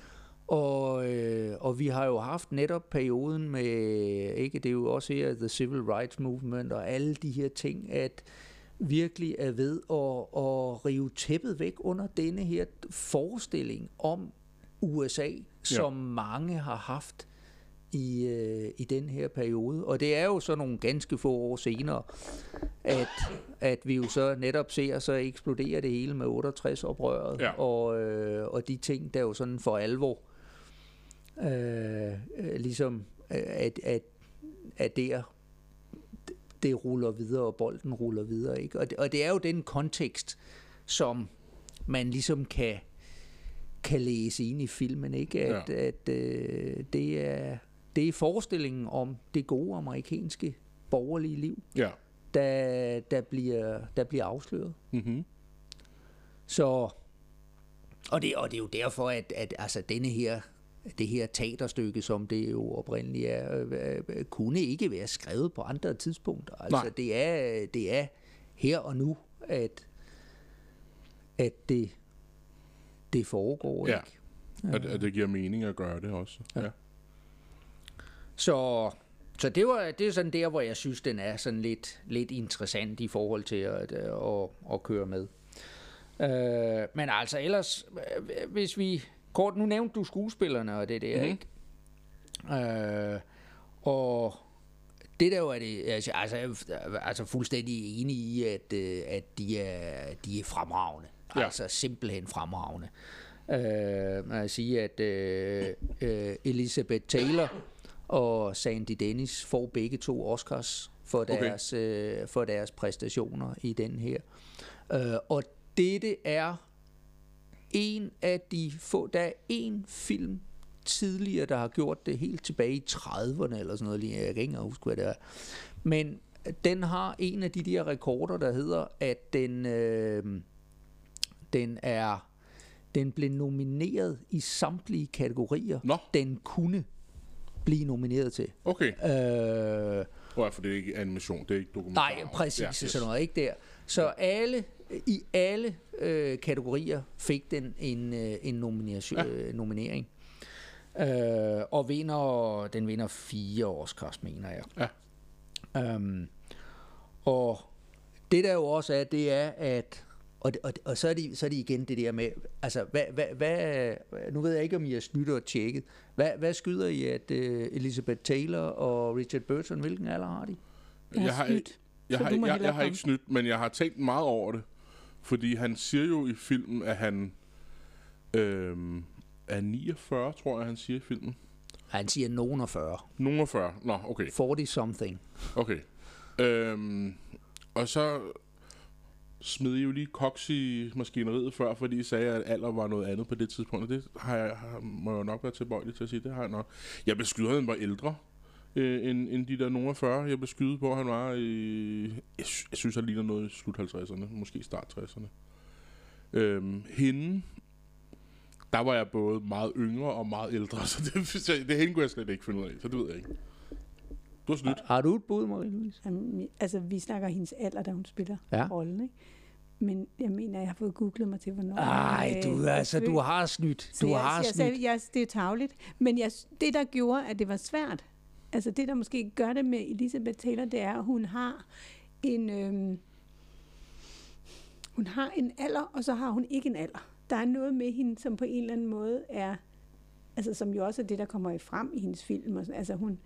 Og vi har jo haft netop perioden med, ikke, det er jo også her the Civil Rights Movement og alle de her ting, at virkelig er ved at rive tæppet væk under denne her forestilling om USA, som mange har haft i den her periode. Og det er jo så nogle ganske få år senere, at vi jo så netop ser, så eksploderer det hele med 68-oprøret, og de ting, der jo sådan for alvor ligesom at det ruller videre, og bolden ruller videre, ikke? Og det er jo den kontekst, som man ligesom kan læse ind i filmen, ikke? At det er forestillingen om det gode amerikanske borgerlige liv, der bliver afsløret. Mm-hmm. Så og det er jo derfor, at altså denne her det her teaterstykke, som det jo oprindeligt er, kunne ikke være skrevet på andre tidspunkter. Altså det er her og nu, at det foregår, ja. ikke? At det giver mening at gøre det også. Ja. Så det er sådan der, hvor jeg synes, den er sådan lidt interessant i forhold til at køre med. Men altså ellers, hvis vi kort, nu nævnte du skuespillerne og det der, ikke? Og det der jo er det, altså fuldstændig enig i, at de er fremragende. Ja. Altså simpelthen fremragende. Man sige, at Elizabeth Taylor og Sandy Dennis får begge 2 Oscars for deres præstationer i den her. Og dette er en af de få, der er en film tidligere, der har gjort det helt tilbage i 30'erne eller sådan noget, jeg kan ikke engang huske, hvad det er. Men den har en af de der rekorder, der hedder, at den blev nomineret i samtlige kategorier, den kunne blive nomineret til. Okay. For det er ikke animation, det er ikke dokumentar. Nej, præcis, sådan noget, ikke der. Så i alle kategorier fik den en nominering. Og den vinder 4 Oscars, mener jeg. Ja. Og det der jo også er, det er, at og så er det igen det der med, altså, hvad nu ved jeg ikke, om I har snydt og tjekket. Hvad skyder I, at Elizabeth Taylor og Richard Burton, hvilken alder har de? Jeg har ikke snydt, men jeg har tænkt meget over det. Fordi han siger jo i filmen, at han er 49, tror jeg, han siger i filmen. Han siger nogen af 40. Nogen af 40? Nå, okay. 40 something. Okay. Og så smed I jo lige koks i maskineriet før, fordi I sagde, at alder var noget andet på det tidspunkt. Og det må jeg nok være tilbøjelig til at sige. Det har jeg nok. Jeg blev skydet, at han var ældre end de der nogen af 40. Jeg blev skydet på, at han var i... Jeg synes, han ligner noget i slut 50'erne. Måske start 60'erne. Hende... Der var jeg både meget yngre og meget ældre, så det hende kunne jeg slet ikke finde ud af, så det ved jeg ikke. Du har snydt. Har du et bud, Marie-Louise? Altså, vi snakker hendes alder, da hun spiller rollen, ikke? Men jeg mener, jeg har fået googlet mig til, hvornår... Ej, du har snydt. Det er tarveligt. Men det, der gjorde, at det var svært, altså det, der måske gør det med Elizabeth Taylor, det er, at hun har en alder, og så har hun ikke en alder. Der er noget med hende, som på en eller anden måde er, altså som jo også er det, der kommer frem i hendes film. Altså hun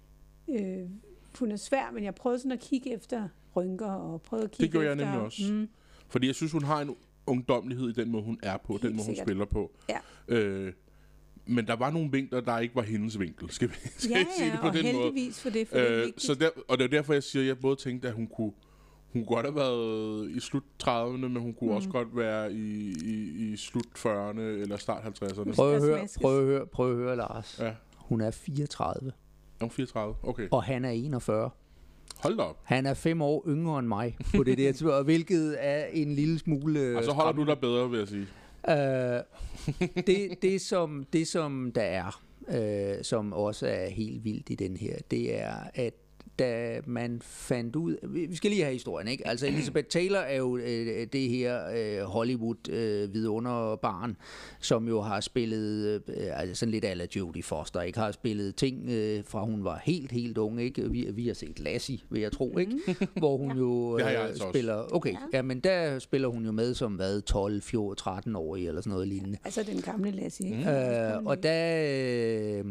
er svær, men jeg prøvede sådan at kigge efter rynker, og prøvede at kigge efter... Det gjorde jeg nemlig også. Fordi jeg synes, hun har en ungdommelighed i den måde, hun er på, den måde, hun spiller på. Ja. Men der var nogle vinkler, der ikke var hendes vinkel, skal vi sige det på den måde. Og heldigvis for det, for det er vigtigt. Og det er derfor, jeg siger, at jeg både tænkte, at hun kunne godt have været i slut 30'erne, men hun kunne også godt være i slut 40'erne eller start 50'erne. Prøv at høre, Lars. Ja. Hun er 34. Hun er 34, okay. Og han er 41. Hold da op. Han er 5 år yngre end mig på det der, hvilket er en lille smule... Og så holder du dig bedre, vil jeg sige. Det som der er, som også er helt vildt i den her, det er, at da man fandt ud... Vi skal lige have historien, ikke? Altså, Elizabeth Taylor er jo det her Hollywood-vidunderbarn, som jo har spillet altså sådan lidt a la Jodie Foster, ikke? Har spillet ting fra hun var helt ung, ikke? Vi har set Lassie, vil jeg tro, ikke? Hvor hun jo spiller... Okay, ja, men der spiller hun jo med som 12, 14, 13-årig eller sådan noget lignende. Altså den gamle Lassie, ikke? Og der...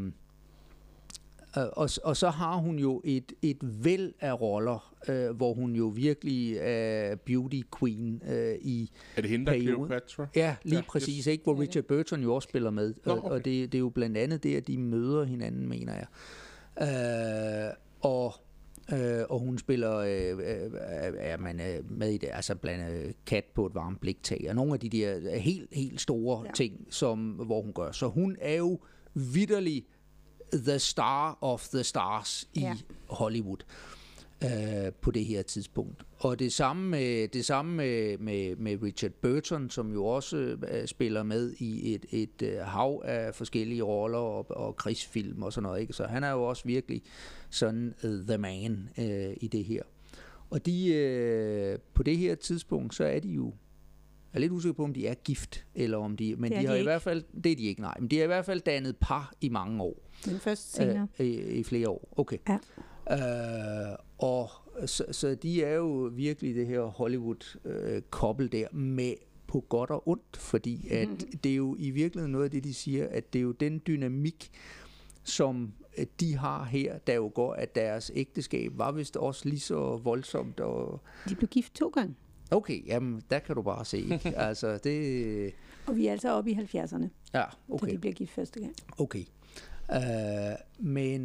Og så har hun jo et væld af roller, hvor hun jo virkelig er beauty queen i er det hende, der er Cleopatra? Ja, lige præcis, ikke? Hvor Richard Burton jo også spiller med. Okay. Og det er jo blandt andet det, at de møder hinanden, mener jeg. Og hun spiller med i det, altså blandt Kat på et varmt bliktag, og nogle af de der helt store ting, hvor hun gør. Så hun er jo vitterlig the star of the stars i Hollywood. på det her tidspunkt. Og det samme med Richard Burton, som jo også spiller med i et hav af forskellige roller og krigsfilm og sådan noget, ikke? Så han er jo også virkelig sådan the man i det her. Og de på det her tidspunkt, så er de jo, jeg er lidt usikker på, om de er gift, eller om de, men de har i hvert fald, det er de ikke, nej, men de har i hvert fald dannet par i mange år. Men først senere. I flere år, okay. Ja. Og så de er jo virkelig det her Hollywood-couple der med på godt og ondt, fordi at det er jo i virkeligheden noget af det, de siger, at det er jo den dynamik, som de har her, der jo går, at deres ægteskab var vist også lige så voldsomt. Og De blev gift 2 gange. okay, jamen, der kan du bare se, ikke? Altså, det... Og vi er altså oppe i 70'erne, Ja, da okay. de bliver gift første gang. Okay. Men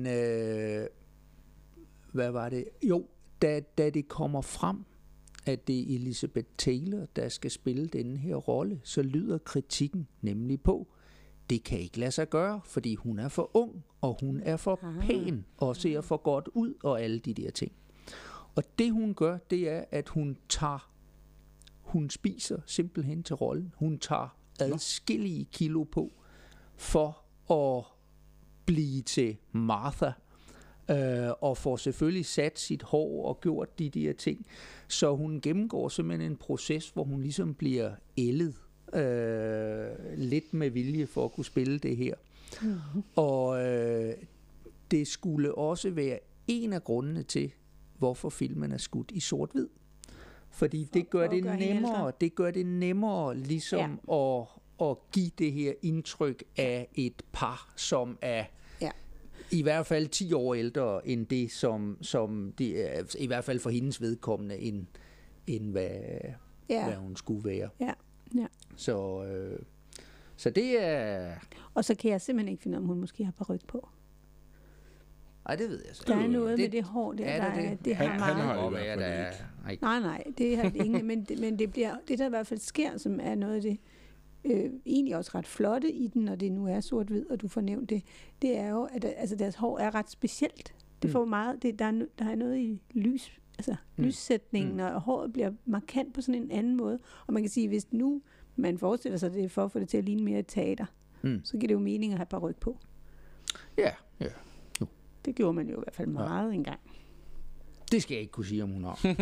hvad var det? Jo, da det kommer frem, at det er Elizabeth Taylor, der skal spille denne her rolle, så lyder kritikken nemlig på, det kan ikke lade sig gøre, fordi hun er for ung, og hun er for pæn, og ser for godt ud, og alle de der ting. Og det hun gør, det er, at hun spiser simpelthen til rollen. Hun tager adskillige kilo på, for at blive til Martha, og får selvfølgelig sat sit hår og gjort de der ting. Så hun gennemgår simpelthen en proces, hvor hun ligesom bliver ældet lidt med vilje for at kunne spille det her. Og det skulle også være en af grundene til, hvorfor filmen er skudt i sort-hvid. Fordi det gør det nemmere ligesom at give det her indtryk af et par, som er i hvert fald 10 år ældre end det, som det er, i hvert fald for hendes vedkommende, end hvad hun skulle være. Ja. Så det er... Og så kan jeg simpelthen ikke finde ud af, om hun måske har paryk på. Nej, det ved jeg så. Der er noget med det hår der, det har meget. Han har i hvert fald ikke. Nej, det har det ingen, men det bliver, det der i hvert fald sker, som er noget af det egentlig også ret flotte i den, når det nu er sort-hvid, og du får nævnt det, det er jo, at altså, deres hår er ret specielt. Det får meget, der er noget i lyssætningen, og håret bliver markant på sådan en anden måde. Og man kan sige, hvis nu man forestiller sig det for at få det til at ligne mere et teater, så giver det jo mening at have paryk på. Ja. Det gjorde man jo i hvert fald meget engang. Det skal jeg ikke kunne sige, om hun har.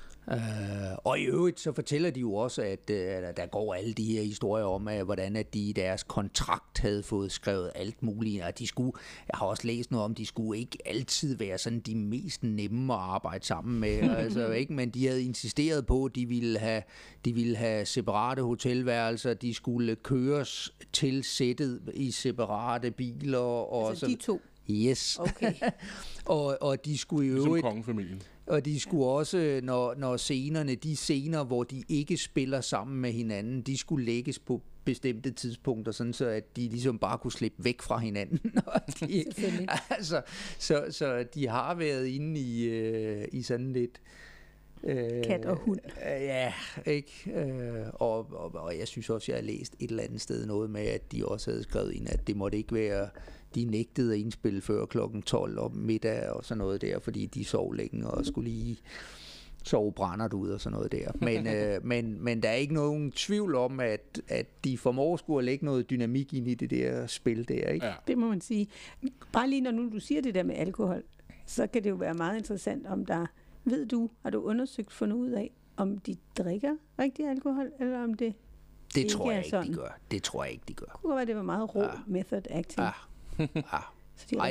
Og i øvrigt så fortæller de jo også, at der går alle de her historier om, hvordan at de i deres kontrakt havde fået skrevet alt muligt. Og de skulle, jeg har også læst noget om, de skulle ikke altid være sådan de mest nemme at arbejde sammen med. Altså, ikke? Men de havde insisteret på, at de ville have separate hotelværelser, de skulle køres til sættet i separate biler. Og altså de to? Yes. Okay. og de skulle jo som kongefamilien. Og de skulle også, når de scener, hvor de ikke spiller sammen med hinanden, de skulle lægges på bestemte tidspunkter, sådan så at de ligesom bare kunne slippe væk fra hinanden. Altså, så de har været inde i sådan lidt... kat og hund. Ja, ikke? Og jeg synes også, jeg har læst et eller andet sted noget med, at de også havde skrevet ind, at det måtte ikke være... De nægtede at indspille før klokken 12 om middag og sådan noget der, fordi de sov længe og skulle lige sove brændert ud og sådan noget der. Men der er ikke nogen tvivl om, at de formår skulle at lægge noget dynamik ind i det der spil der, ikke? Ja. Det må man sige. Bare lige når nu du siger det der med alkohol, så kan det jo være meget interessant, om der... har du fundet ud af, om de drikker rigtig alkohol, eller om det tror jeg ikke, de gør. Det tror jeg ikke, de gør. Det kunne være, det var meget rå method acting. Nej,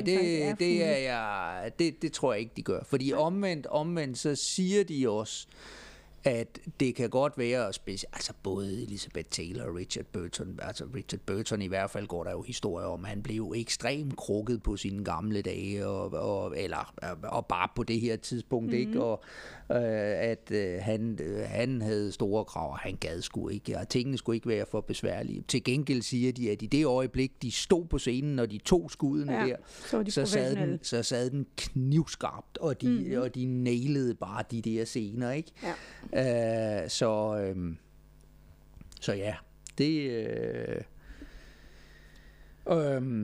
det tror jeg ikke, de gør. Fordi omvendt så siger de også, at det kan godt være, altså både Elizabeth Taylor og Richard Burton, altså Richard Burton i hvert fald går der jo historier om, han blev ekstremt krukket på sine gamle dage, og bare på det her tidspunkt, ikke? Og at han havde store krav, han gad sgu ikke, og tingene skulle ikke være for besværlige. Til gengæld siger de, at i det øjeblik, de stod på scenen, og de tog skuddene der, så sad den knivskarpt, og de nailede bare de der scener, ikke? Ja. Så ja, det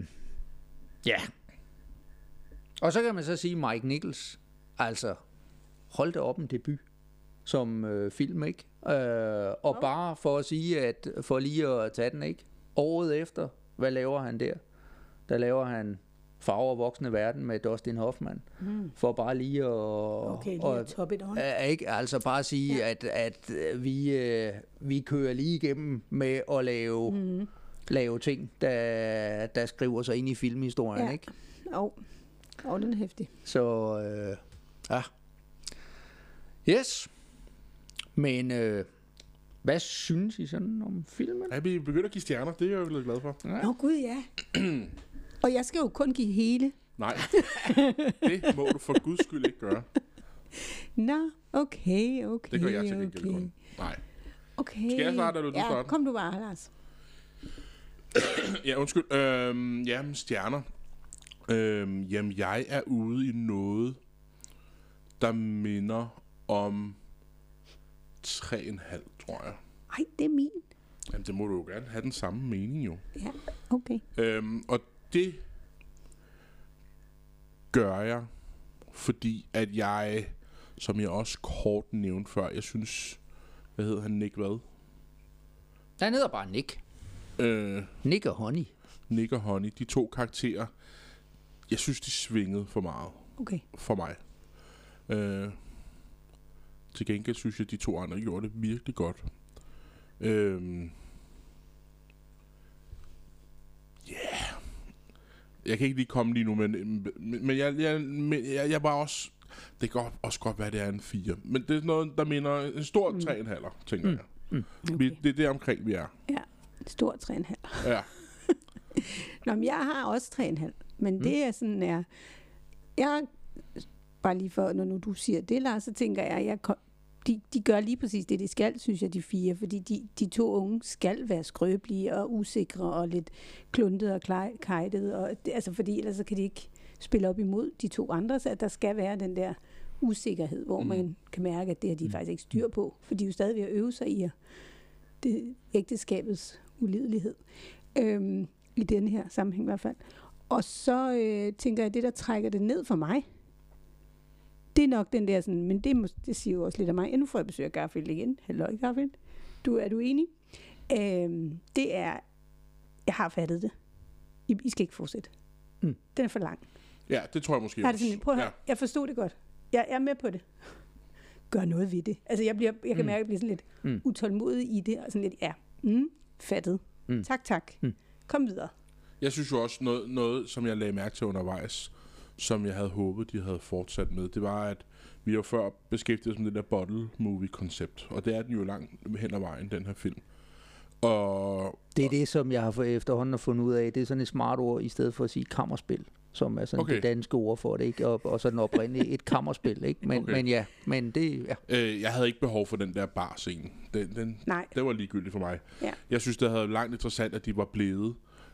ja. Og så kan man så sige Mike Nichols, altså hold da op en debut som film, ikke? Og bare for at sige, at for lige at tage den, ikke? Året efter, hvad laver han der? Der laver han Farver voksne verden med Dustin Hoffman. For bare lige at top it on. Ikke? Altså bare sige, at vi kører lige igennem med at lave ting, der skriver sig ind i filmhistorien, ikke? Og den er hæftig. Så ja. Yes. Men hvad synes I sådan om filmen? Ja, vi begynder at give stjerner. Det er jeg jo lidt glad for. Ja. Nå gud, ja. Og jeg skal jo kun give hele. Nej, det må du for guds skyld ikke gøre. Nå, okay. Det gør jeg til gengæld kun. Nej. Okay. Skal jeg starte, eller du starter? Ja, kom du bare, Lars. Ja, undskyld. Jamen, stjerner. Jamen, jeg er ude i noget, der minder om 3,5, tror jeg. Ej, det er min. Jamen, det må du jo gerne have den samme mening, jo. Ja, okay. Og det gør jeg, fordi at jeg, som jeg også kort nævnte før, jeg synes, hvad hedder han, Nick hvad? Han hedder bare Nick. Nick og Honey. Nick og Honey, de to karakterer, jeg synes, de svingede for meget. Okay. For mig. Til gengæld synes jeg, at de to andre gjorde det virkelig godt. Jeg kan ikke lige komme lige nu, men jeg var også... Det kan også godt være, det er en 4. Men det er noget, der minder en stor 3,5, tænker jeg. Okay. Det er der omkring, vi er. Ja, en stor 3,5. Ja. Nå, men jeg har også 3,5. Men det er sådan, jeg bare lige for, når nu du siger det, Lars, så tænker jeg de gør lige præcis det, de skal, synes jeg, de 4. Fordi de to unge skal være skrøbelige og usikre og lidt kluntede og kajtede. Og altså, fordi ellers så kan de ikke spille op imod de to andre, så at der skal være den der usikkerhed, hvor man kan mærke, at det har de faktisk ikke styr på. For de er jo stadig ved at øve sig i det ægteskabets ulidelighed. I den her sammenhæng i hvert fald. Og så tænker jeg, at det, der trækker det ned for mig, det er nok den der sådan, men det siger jo også lidt af mig. Nu får jeg besøg af Garfield igen. Halløj, Garfield. Er du enig? Det er, jeg har fattet det. I skal ikke fortsætte. Den er for lang. Ja, det tror jeg måske også. Sådan, prøv at høre. Jeg forstod det godt. Jeg er med på det. Gør noget ved det. Altså, jeg kan mærke, at jeg bliver sådan lidt utålmodig i det, og sådan lidt, fattet. Tak. Kom videre. Jeg synes jo også noget, som jeg lagde mærke til undervejs, som jeg havde håbet, de havde fortsat med, det var, at vi jo før beskæftigede os med det der bottle movie-koncept, og det er den jo langt hen ad vejen, den her film. Og det er det, som jeg har efterhånden fundet ud af. Det er sådan et smart ord, i stedet for at sige kammerspil, som er sådan det danske ord for det, ikke? Og sådan oprindeligt et kammerspil, ikke? Men det, ja. Jeg havde ikke behov for den der bar-scene. Den var ligegyldig for mig. Ja. Jeg synes, det havde langt interessant, at de var blevet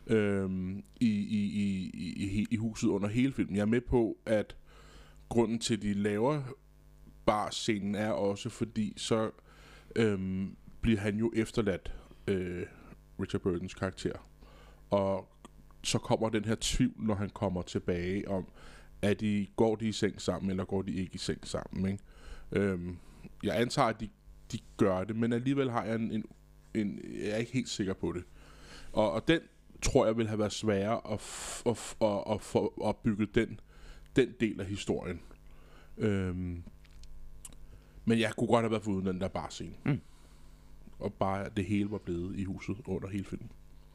i huset under hele filmen. Jeg er med på, at grunden til, de laver bar-scenen er også, fordi så bliver han jo efterladt, Richard Burtons karakter. Og så kommer den her tvivl, når han kommer tilbage om, at går de i seng sammen, eller går de ikke i seng sammen, ikke? Jeg antager, at de gør det, men alligevel har jeg jeg er ikke helt sikker på det. Og den tror jeg vil have været sværere at bygge den del af historien. Men jeg kunne godt have været foruden den der bare scene. Og bare det hele var blevet i huset under hele filmen.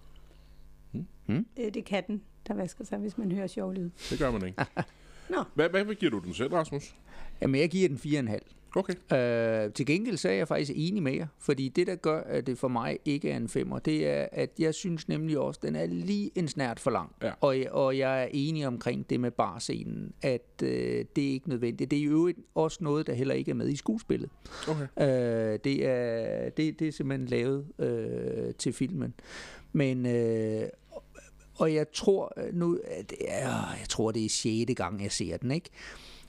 Det er katten, der vasker sig, hvis man hører sjov lyd. Det gør man ikke. Nå. Hvad giver du den selv, Rasmus? Jamen, jeg giver den 4,5. Okay. Til gengæld så er jeg faktisk enig med jer, fordi det, der gør, at det for mig ikke er en 5'er, det er, at jeg synes nemlig også, den er lige en snært for lang. Ja. Og jeg er enig omkring det med barscenen, at det er ikke nødvendigt. Det er jo også noget, der heller ikke er med i skuespillet. Okay. Det er simpelthen lavet til filmen. Men og jeg tror nu, jeg tror det er 6. gang, jeg ser den, ikke?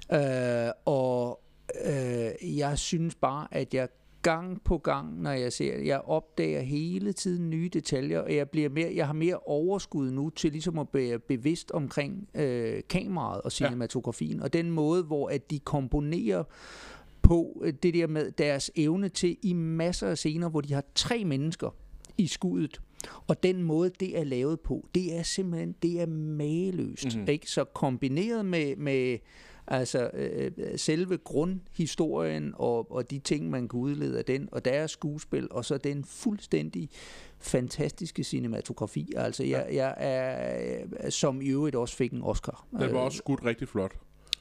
Jeg synes bare, at jeg gang på gang, når jeg ser det, jeg opdager hele tiden nye detaljer, og jeg har mere overskud nu til ligesom at være bevidst omkring kameraet og cinematografien, og den måde, hvor at de komponerer på det der med deres evne til i masser af scener, hvor de har 3 mennesker i skuddet, og den måde, det er lavet på, det er simpelthen, det er mageløst, ikke? Så kombineret med altså selve grundhistorien og de ting, man kan udlede af den, og deres skuespil, og så den fuldstændig fantastiske cinematografi. Altså, jeg er, som i øvrigt også fik en Oscar. Den var også skudt rigtig flot.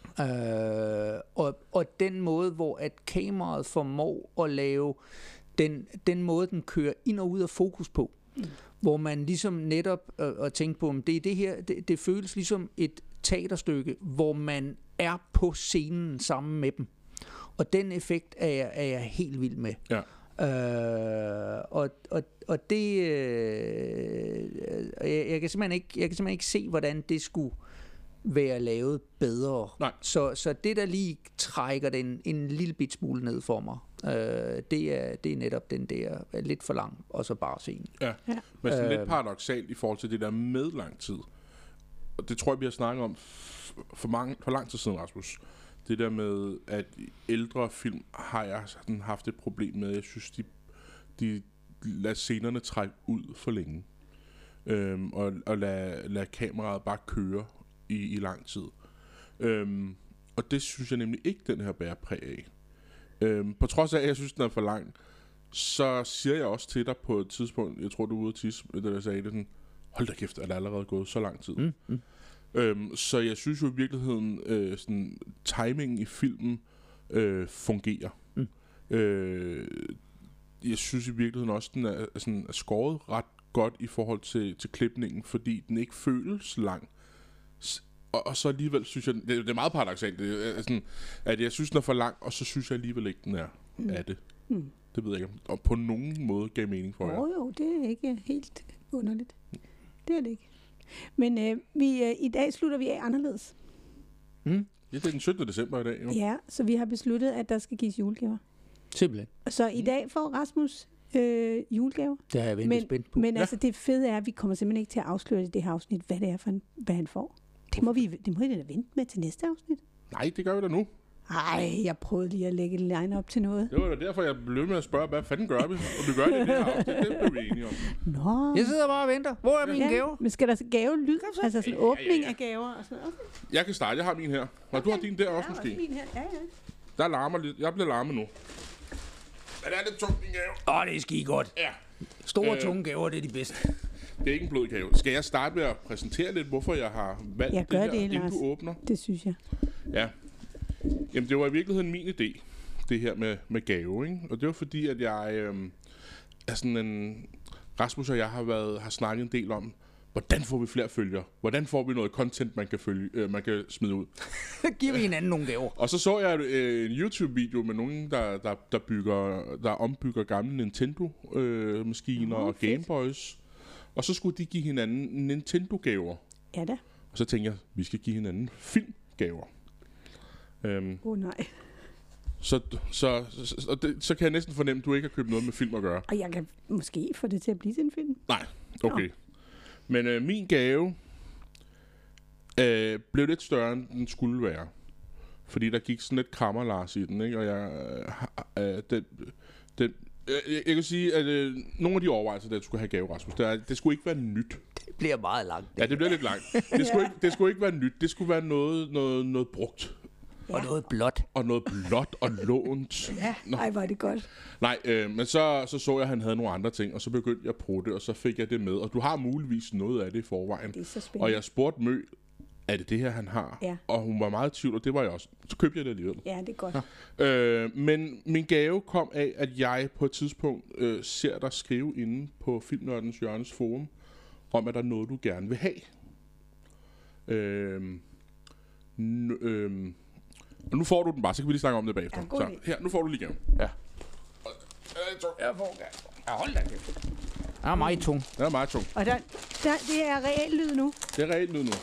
Og den måde, hvor at kameraet formår at lave den måde, den kører ind og ud af fokus på, hvor man ligesom netop at tænke på, om det er det her, det føles ligesom et teaterstykke, hvor man er på scenen sammen med dem. Og den effekt er jeg helt vild med. Ja. Og det jeg kan simpelthen ikke se, hvordan det skulle være lavet bedre. Nej. Så det, der lige trækker den en lille bit smule ned for mig, det er netop den der lidt for lang, og så bare scenen. Ja. Men sådan lidt paradoksalt i forhold til det der med lang tid. Og det tror jeg, vi har snakket om for lang tid siden, Rasmus. Det der med, at ældre film har jeg sådan haft et problem med. Jeg synes, de lader scenerne trække ud for længe. Og lad kameraet bare køre i lang tid. Og det synes jeg nemlig ikke, den her bærer præg af. På trods af, at jeg synes, den er for lang, så siger jeg også til dig på et tidspunkt, jeg tror, du er ude at tisse, da jeg sagde det sådan, hold da kæft, er der allerede gået så lang tid. Så jeg synes jo i virkeligheden, sådan, timingen i filmen fungerer. Jeg synes i virkeligheden også, den er skåret ret godt i forhold til klipningen, fordi den ikke føles lang. Og så alligevel synes jeg, det er meget paradoksalt, sådan, at jeg synes, den er for lang, og så synes jeg alligevel ikke, den er af det. Det ved jeg ikke, om på nogen måde gav mening for jer. Jo, det er ikke helt underligt. Det er det ikke. Men i dag slutter vi af anderledes. Ja, det er den 17. december i dag. Jo. Ja, så vi har besluttet, at der skal gives julegaver. Simpelthen. Så i dag får Rasmus julegaver. Det har jeg ventet spændt på. Men altså det fede er, at vi kommer simpelthen ikke til at afsløre i det her afsnit, hvad det er, hvad han får. Det må vi da vente med til næste afsnit. Nej, det gør vi da nu. Ej, jeg prøvede lige at lægge et line op til noget. Det var da derfor, jeg blev med at spørge, hvad fanden gør vi? Og vi gør det i det her afsnit, det blev vi enige om. Nå. Jeg sidder bare og venter. Hvor er mine gaver? Men skal der så gavelyd? Altså sådan åbning af gaver og sådan noget? Jeg kan starte, jeg har min her. Og du har din der også måske. Også min her. Ja. Der larmer lidt. Jeg bliver larmet nu. Men det er lidt tungt, din gave. Det er skide godt. Ja. Store tunge gaver, det er de bedste. Det er ikke en blød gave. Skal jeg starte med at præsentere lidt, hvorfor jeg har valgt det her, inden du åbner? Det synes jeg. Ja. Jamen, det var i virkeligheden min idé, det her med gave, ikke? Og det var fordi, at jeg er sådan en... Rasmus og jeg har snakket en del om, hvordan får vi flere følgere? Hvordan får vi noget content, man kan smide ud? Giver vi hinanden nogle gaver. Og så jeg en YouTube-video med nogen, der ombygger gamle Nintendo-maskiner og Gameboys. Og så skulle de give hinanden Nintendo-gaver. Ja da. Og så tænkte jeg, vi skal give hinanden filmgaver. Nej. Så kan jeg næsten fornemme, at du ikke har købt noget med film at gøre. Og jeg kan måske få det til at blive til en film. Nej, okay. Men min gave blev lidt større, end den skulle være. Fordi der gik sådan lidt krammerlars i den, ikke? Og jeg kan sige, at nogle af de overvejelser, der skulle have gave, Rasmus, det skulle ikke være nyt. Det bliver meget langt. Ja, det bliver lidt langt. Det skulle ikke være nyt. Det skulle være noget brugt. Og noget blåt. Og noget blåt og lånt. Ja, ej, var det godt. Nej, men så jeg, at han havde nogle andre ting, og så begyndte jeg at prøve det, og så fik jeg det med. Og du har muligvis noget af det i forvejen. Det er så spændende. Og jeg spurgte Mø, er det her, han har? Ja. Og hun var meget i tvivl, og det var jeg også. Så købte jeg det alligevel. Ja, det er godt. Men min gave kom af, at jeg på et tidspunkt ser dig skrive inde på Filmnørdens Hjørnes forum, om at der er noget, du gerne vil have. Og nu får du den bare, så kan vi lige snakke om det bagefter. Ja, så her, nu får du lige gaven. Ja. Jeg får gaven. Ja, hold da kæft. Den er meget tung. Den er meget tung. Og det er reelt lyd nu. Det er reelt lyd nu.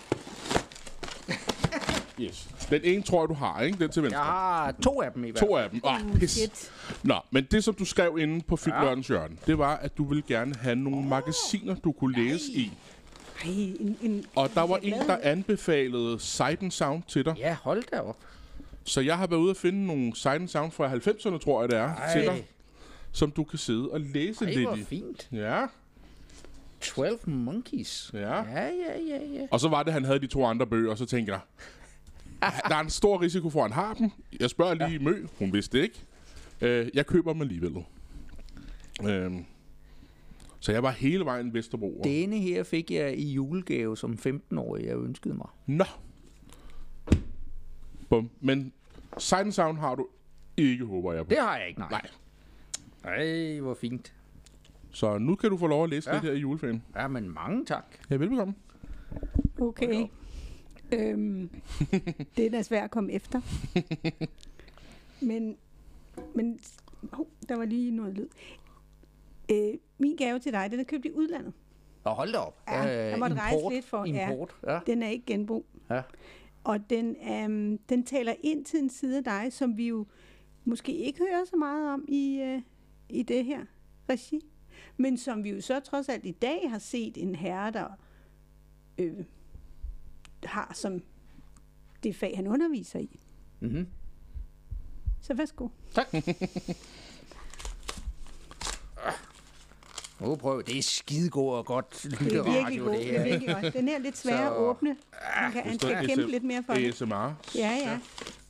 Yes. Den ene tror jeg, du har, ikke? Den til venstre. Jeg har 2 af dem i hvert fald. 2 af dem. Pis. Nå, men det som du skrev inde på Filmnørdens Hjørne, det var, at du ville gerne have nogle magasiner, du kunne læse i. Ej, og der var en, der anbefalede Sight & Sound til dig. Ja, hold da op. Så jeg har været ude at finde nogle Sight and Sound fra 90'erne, tror jeg det er, til dig, som du kan sidde og læse lidt i. Hvor fint. Ja. 12 Monkeys. Ja. Ja. Og så var det, han havde de 2 andre bøger, og så tænkte jeg, der er en stor risiko for, at han har dem. Jeg spørger lige Mø, hun vidste det ikke. Jeg køber dem alligevel. Så jeg var hele vejen Vesterbro. Denne her fik jeg i julegave som 15-årig, jeg ønskede mig. Nå. Bum. Men Sight and Sound har du ikke, håber jeg på. Det har jeg ikke, Nej. Ej, hvor fint. Så nu kan du få lov at læse lidt her i juleferien. Ja, men mange tak. Ja, velbekomme. Okay. Det er da svært at komme efter. Men der var lige noget lyd. Min gave til dig, den er købt i udlandet. Og hold da op. Ja, jeg måtte rejse lidt for. Import. Ja. Den er ikke genbrug. Ja. Og den taler ind til en side af dig, som vi jo måske ikke hører så meget om i det her regi. Men som vi jo så trods alt i dag har set en herre, der har som det fag, han underviser i. Mm-hmm. Så værsgo. Tak. Prøv. Det er skidegod og godt lytteradio, det her. Det er virkelig godt. Den er lidt svær at åbne. Han skal kæmpe lidt mere for det. ASMR. Ja.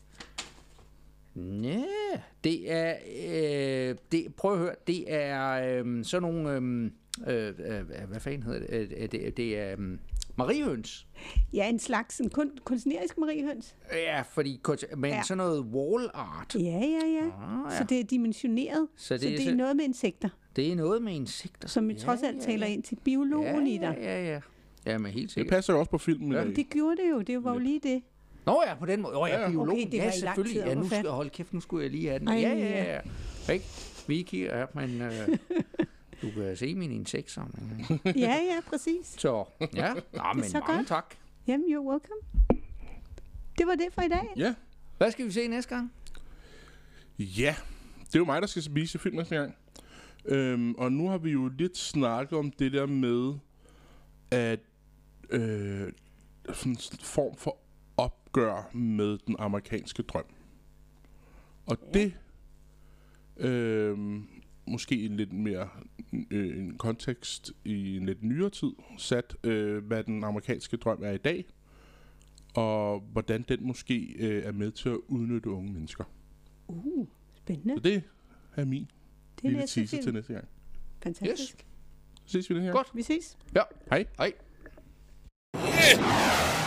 Ja, det er... prøv at høre, det er sådan nogle... hvad fanden hedder det? Det er mariehøns. Ja, en slags kunstnerisk mariehøns. Ja, fordi sådan noget wall art. Ja. Så det er dimensioneret. Så det er noget med insekter. Det er noget med insekter. Som trods alt taler ind til biologen i dig. Ja. Ja, men helt sikkert. Det passer jo også på filmen i dag. Det gjorde det jo. Det var jo lige det. Nå ja, på den måde. Biolog. Okay, det var ja, selvfølgelig. Ja, nu skal jeg holde kæft, nu skulle jeg lige have den. Ja. Ikke? Vi kigger her, men du kan se min insektsamling. Ja, præcis. Så, ja. Nå, men så mange godt. tak. Jamen, you're welcome. Det var det for i dag. Ja. Hvad skal vi se næste gang? Ja, det er jo mig, der skal vise film næste gang. Og nu har vi jo lidt snakket om det der med, at sådan en form for opgør med den amerikanske drøm. Og det måske en lidt mere en kontekst i en lidt nyere tid sat, hvad den amerikanske drøm er i dag, og hvordan den måske er med til at udnytte unge mennesker. Spændende. Så det er min det lille teaser til næste gang. Fantastisk. Yes. Så ses vi den her. Godt. Vi ses. Ja. Hej. Hej.